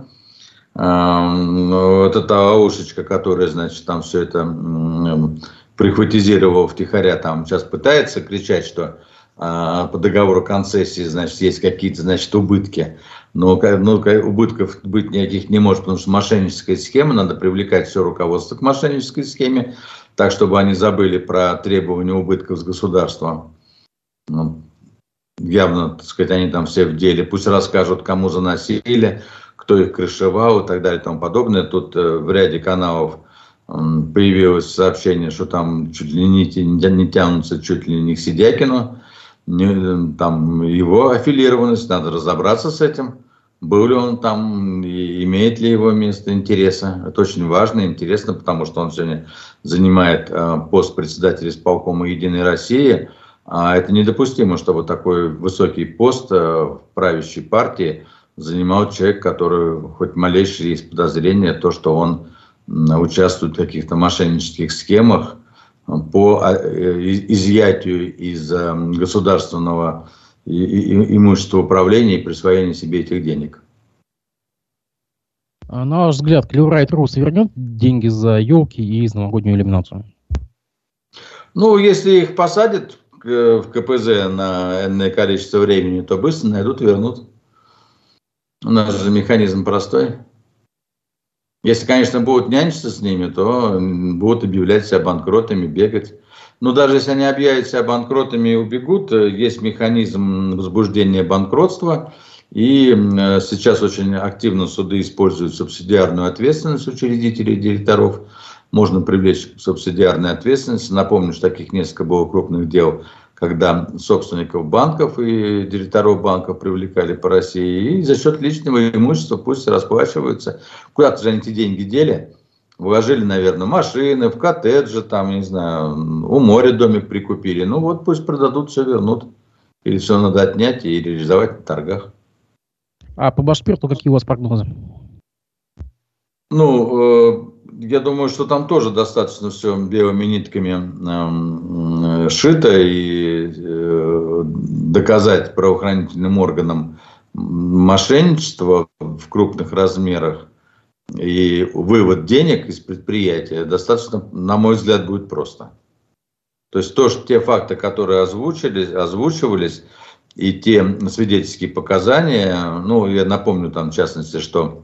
Speaker 2: Вот эта аушечка, которая, значит, там все это прихватизировала втихаря, там сейчас пытается кричать, что по договору концессии, значит, есть какие-то, значит, убытки. Но, ну, убытков быть никаких не может, потому что мошенническая схема, надо привлекать все руководство к мошеннической схеме, так, чтобы они забыли про требования убытков с государством. Ну, явно, так сказать, они там все в деле. Пусть расскажут, кому заносили, кто их крышевал и так далее и тому подобное. Тут э, в ряде каналов э, появилось сообщение, что там чуть ли не, не, не тянутся чуть ли не к Сидякину. Не, там его аффилированность, надо разобраться с этим. Был ли он там, и имеет ли его место интереса. Это очень важно и интересно, потому что он сегодня занимает э, пост председателя исполкома «Единой России». А это недопустимо, чтобы такой высокий пост э, в правящей партии занимал человек, который хоть малейшее есть подозрение, то, что он участвует в каких-то мошеннических схемах по изъятию из государственного имущества управления и присвоению себе этих денег.
Speaker 1: На ваш взгляд, Клеврайт точка ру вернет деньги за елки и за новогоднюю иллюминацию?
Speaker 2: Ну, если их посадят в ка пэ зэ на энное количество времени, то быстро найдут и вернут. У нас же механизм простой. Если, конечно, будут нянчиться с ними, то будут объявлять себя банкротами, бегать. Но даже если они объявят себя банкротами и убегут, есть механизм возбуждения банкротства. И сейчас очень активно суды используют субсидиарную ответственность учредителей и директоров. Можно привлечь к субсидиарной ответственности. Напомню, что таких несколько было крупных дел, когда собственников банков и директоров банков привлекали по России. И за счет личного имущества пусть расплачиваются. Куда-то же они эти деньги дели. Вложили, наверное, машины, в коттеджи, там, не знаю, у моря домик прикупили. Ну вот пусть продадут, все вернут. Или все надо отнять и реализовать на торгах. А по Башспирту какие у вас прогнозы? Ну, э, я думаю, что там тоже достаточно все белыми нитками э, шито. И э, доказать правоохранительным органам мошенничество в крупных размерах и вывод денег из предприятия достаточно, на мой взгляд, будет просто. То есть то, что те факты, которые озвучились, озвучивались, и те свидетельские показания, ну, я напомню там, в частности, что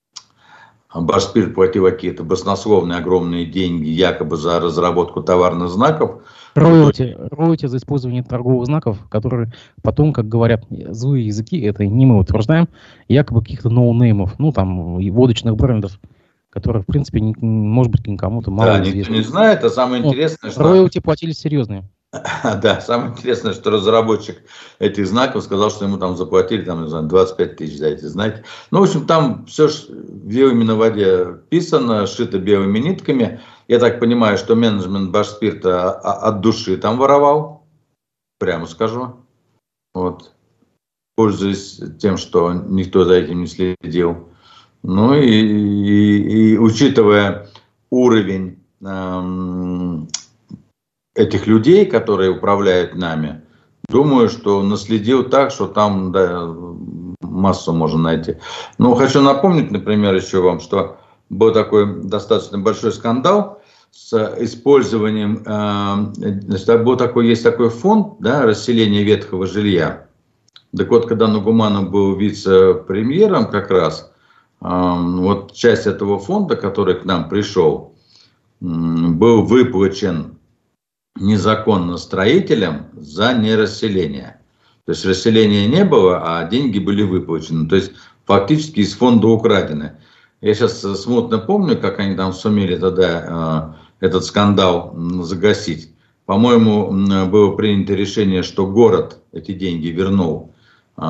Speaker 2: Башспирт платил какие-то баснословные огромные деньги якобы за разработку товарных знаков. Роялти, роялти за использование торговых знаков, которые потом, как говорят злые языки, это не мы утверждаем, якобы каких-то ноунеймов, ну, там, и водочных брендов, которые, в принципе, не, может быть, кому-то мало да, известны. Никто не знает, а самое интересное, что... Роялти платили серьезные. Да, самое интересное, что разработчик этих знаков сказал, что ему там заплатили там, не знаю, двадцать пять тысяч за эти знаки. Ну, в общем, там все белыми на воде писано, шито белыми нитками. Я так понимаю, что менеджмент Башспирта от души там воровал, прямо скажу. Вот. Пользуясь тем, что никто за этим не следил. Ну и, и, и учитывая уровень эм, этих людей, которые управляют нами, думаю, что наследил так, что там да, массу можно найти. Но хочу напомнить, например, еще вам, что был такой достаточно большой скандал с использованием, э, значит, был такой, есть такой фонд, да, расселения ветхого жилья. Так вот, когда Нугуманов был вице-премьером как раз, э, вот часть этого фонда, который к нам пришел, э, был выплачен незаконно строителям за нерасселение. То есть расселения не было, а деньги были выплачены. То есть фактически из фонда украдены. Я сейчас смутно помню, как они там сумели тогда э, этот скандал загасить. По-моему, было принято решение, что город эти деньги вернул э,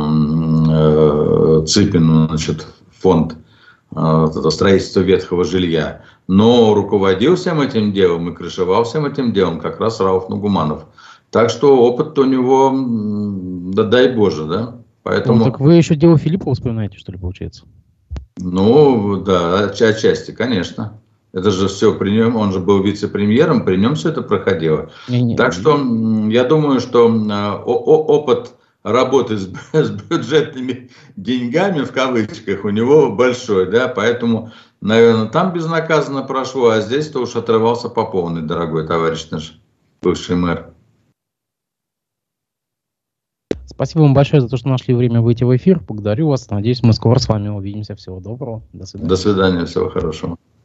Speaker 2: э, Цыпину, значит, фонд это строительство ветхого жилья. Но руководил всем этим делом и крышевал всем этим делом как раз Рауф Нугуманов. Так что опыт у него, да дай Боже, да. Поэтому... Ну, так вы еще дело Филиппова вспоминаете, что ли, получается? Ну, да, отчасти, конечно. Это же все при нем, он же был вице-премьером, при нем все это проходило. Не, не, так что я думаю, что опыт работы с, с бюджетными деньгами, в кавычках, у него большой, да, поэтому, наверное, там безнаказанно прошло, а здесь-то уж отрывался по полной, дорогой товарищ наш бывший мэр. Спасибо вам большое за то, что нашли время выйти в эфир. Благодарю вас. Надеюсь, мы скоро с вами увидимся. Всего доброго. До свидания. До свидания. Всего хорошего.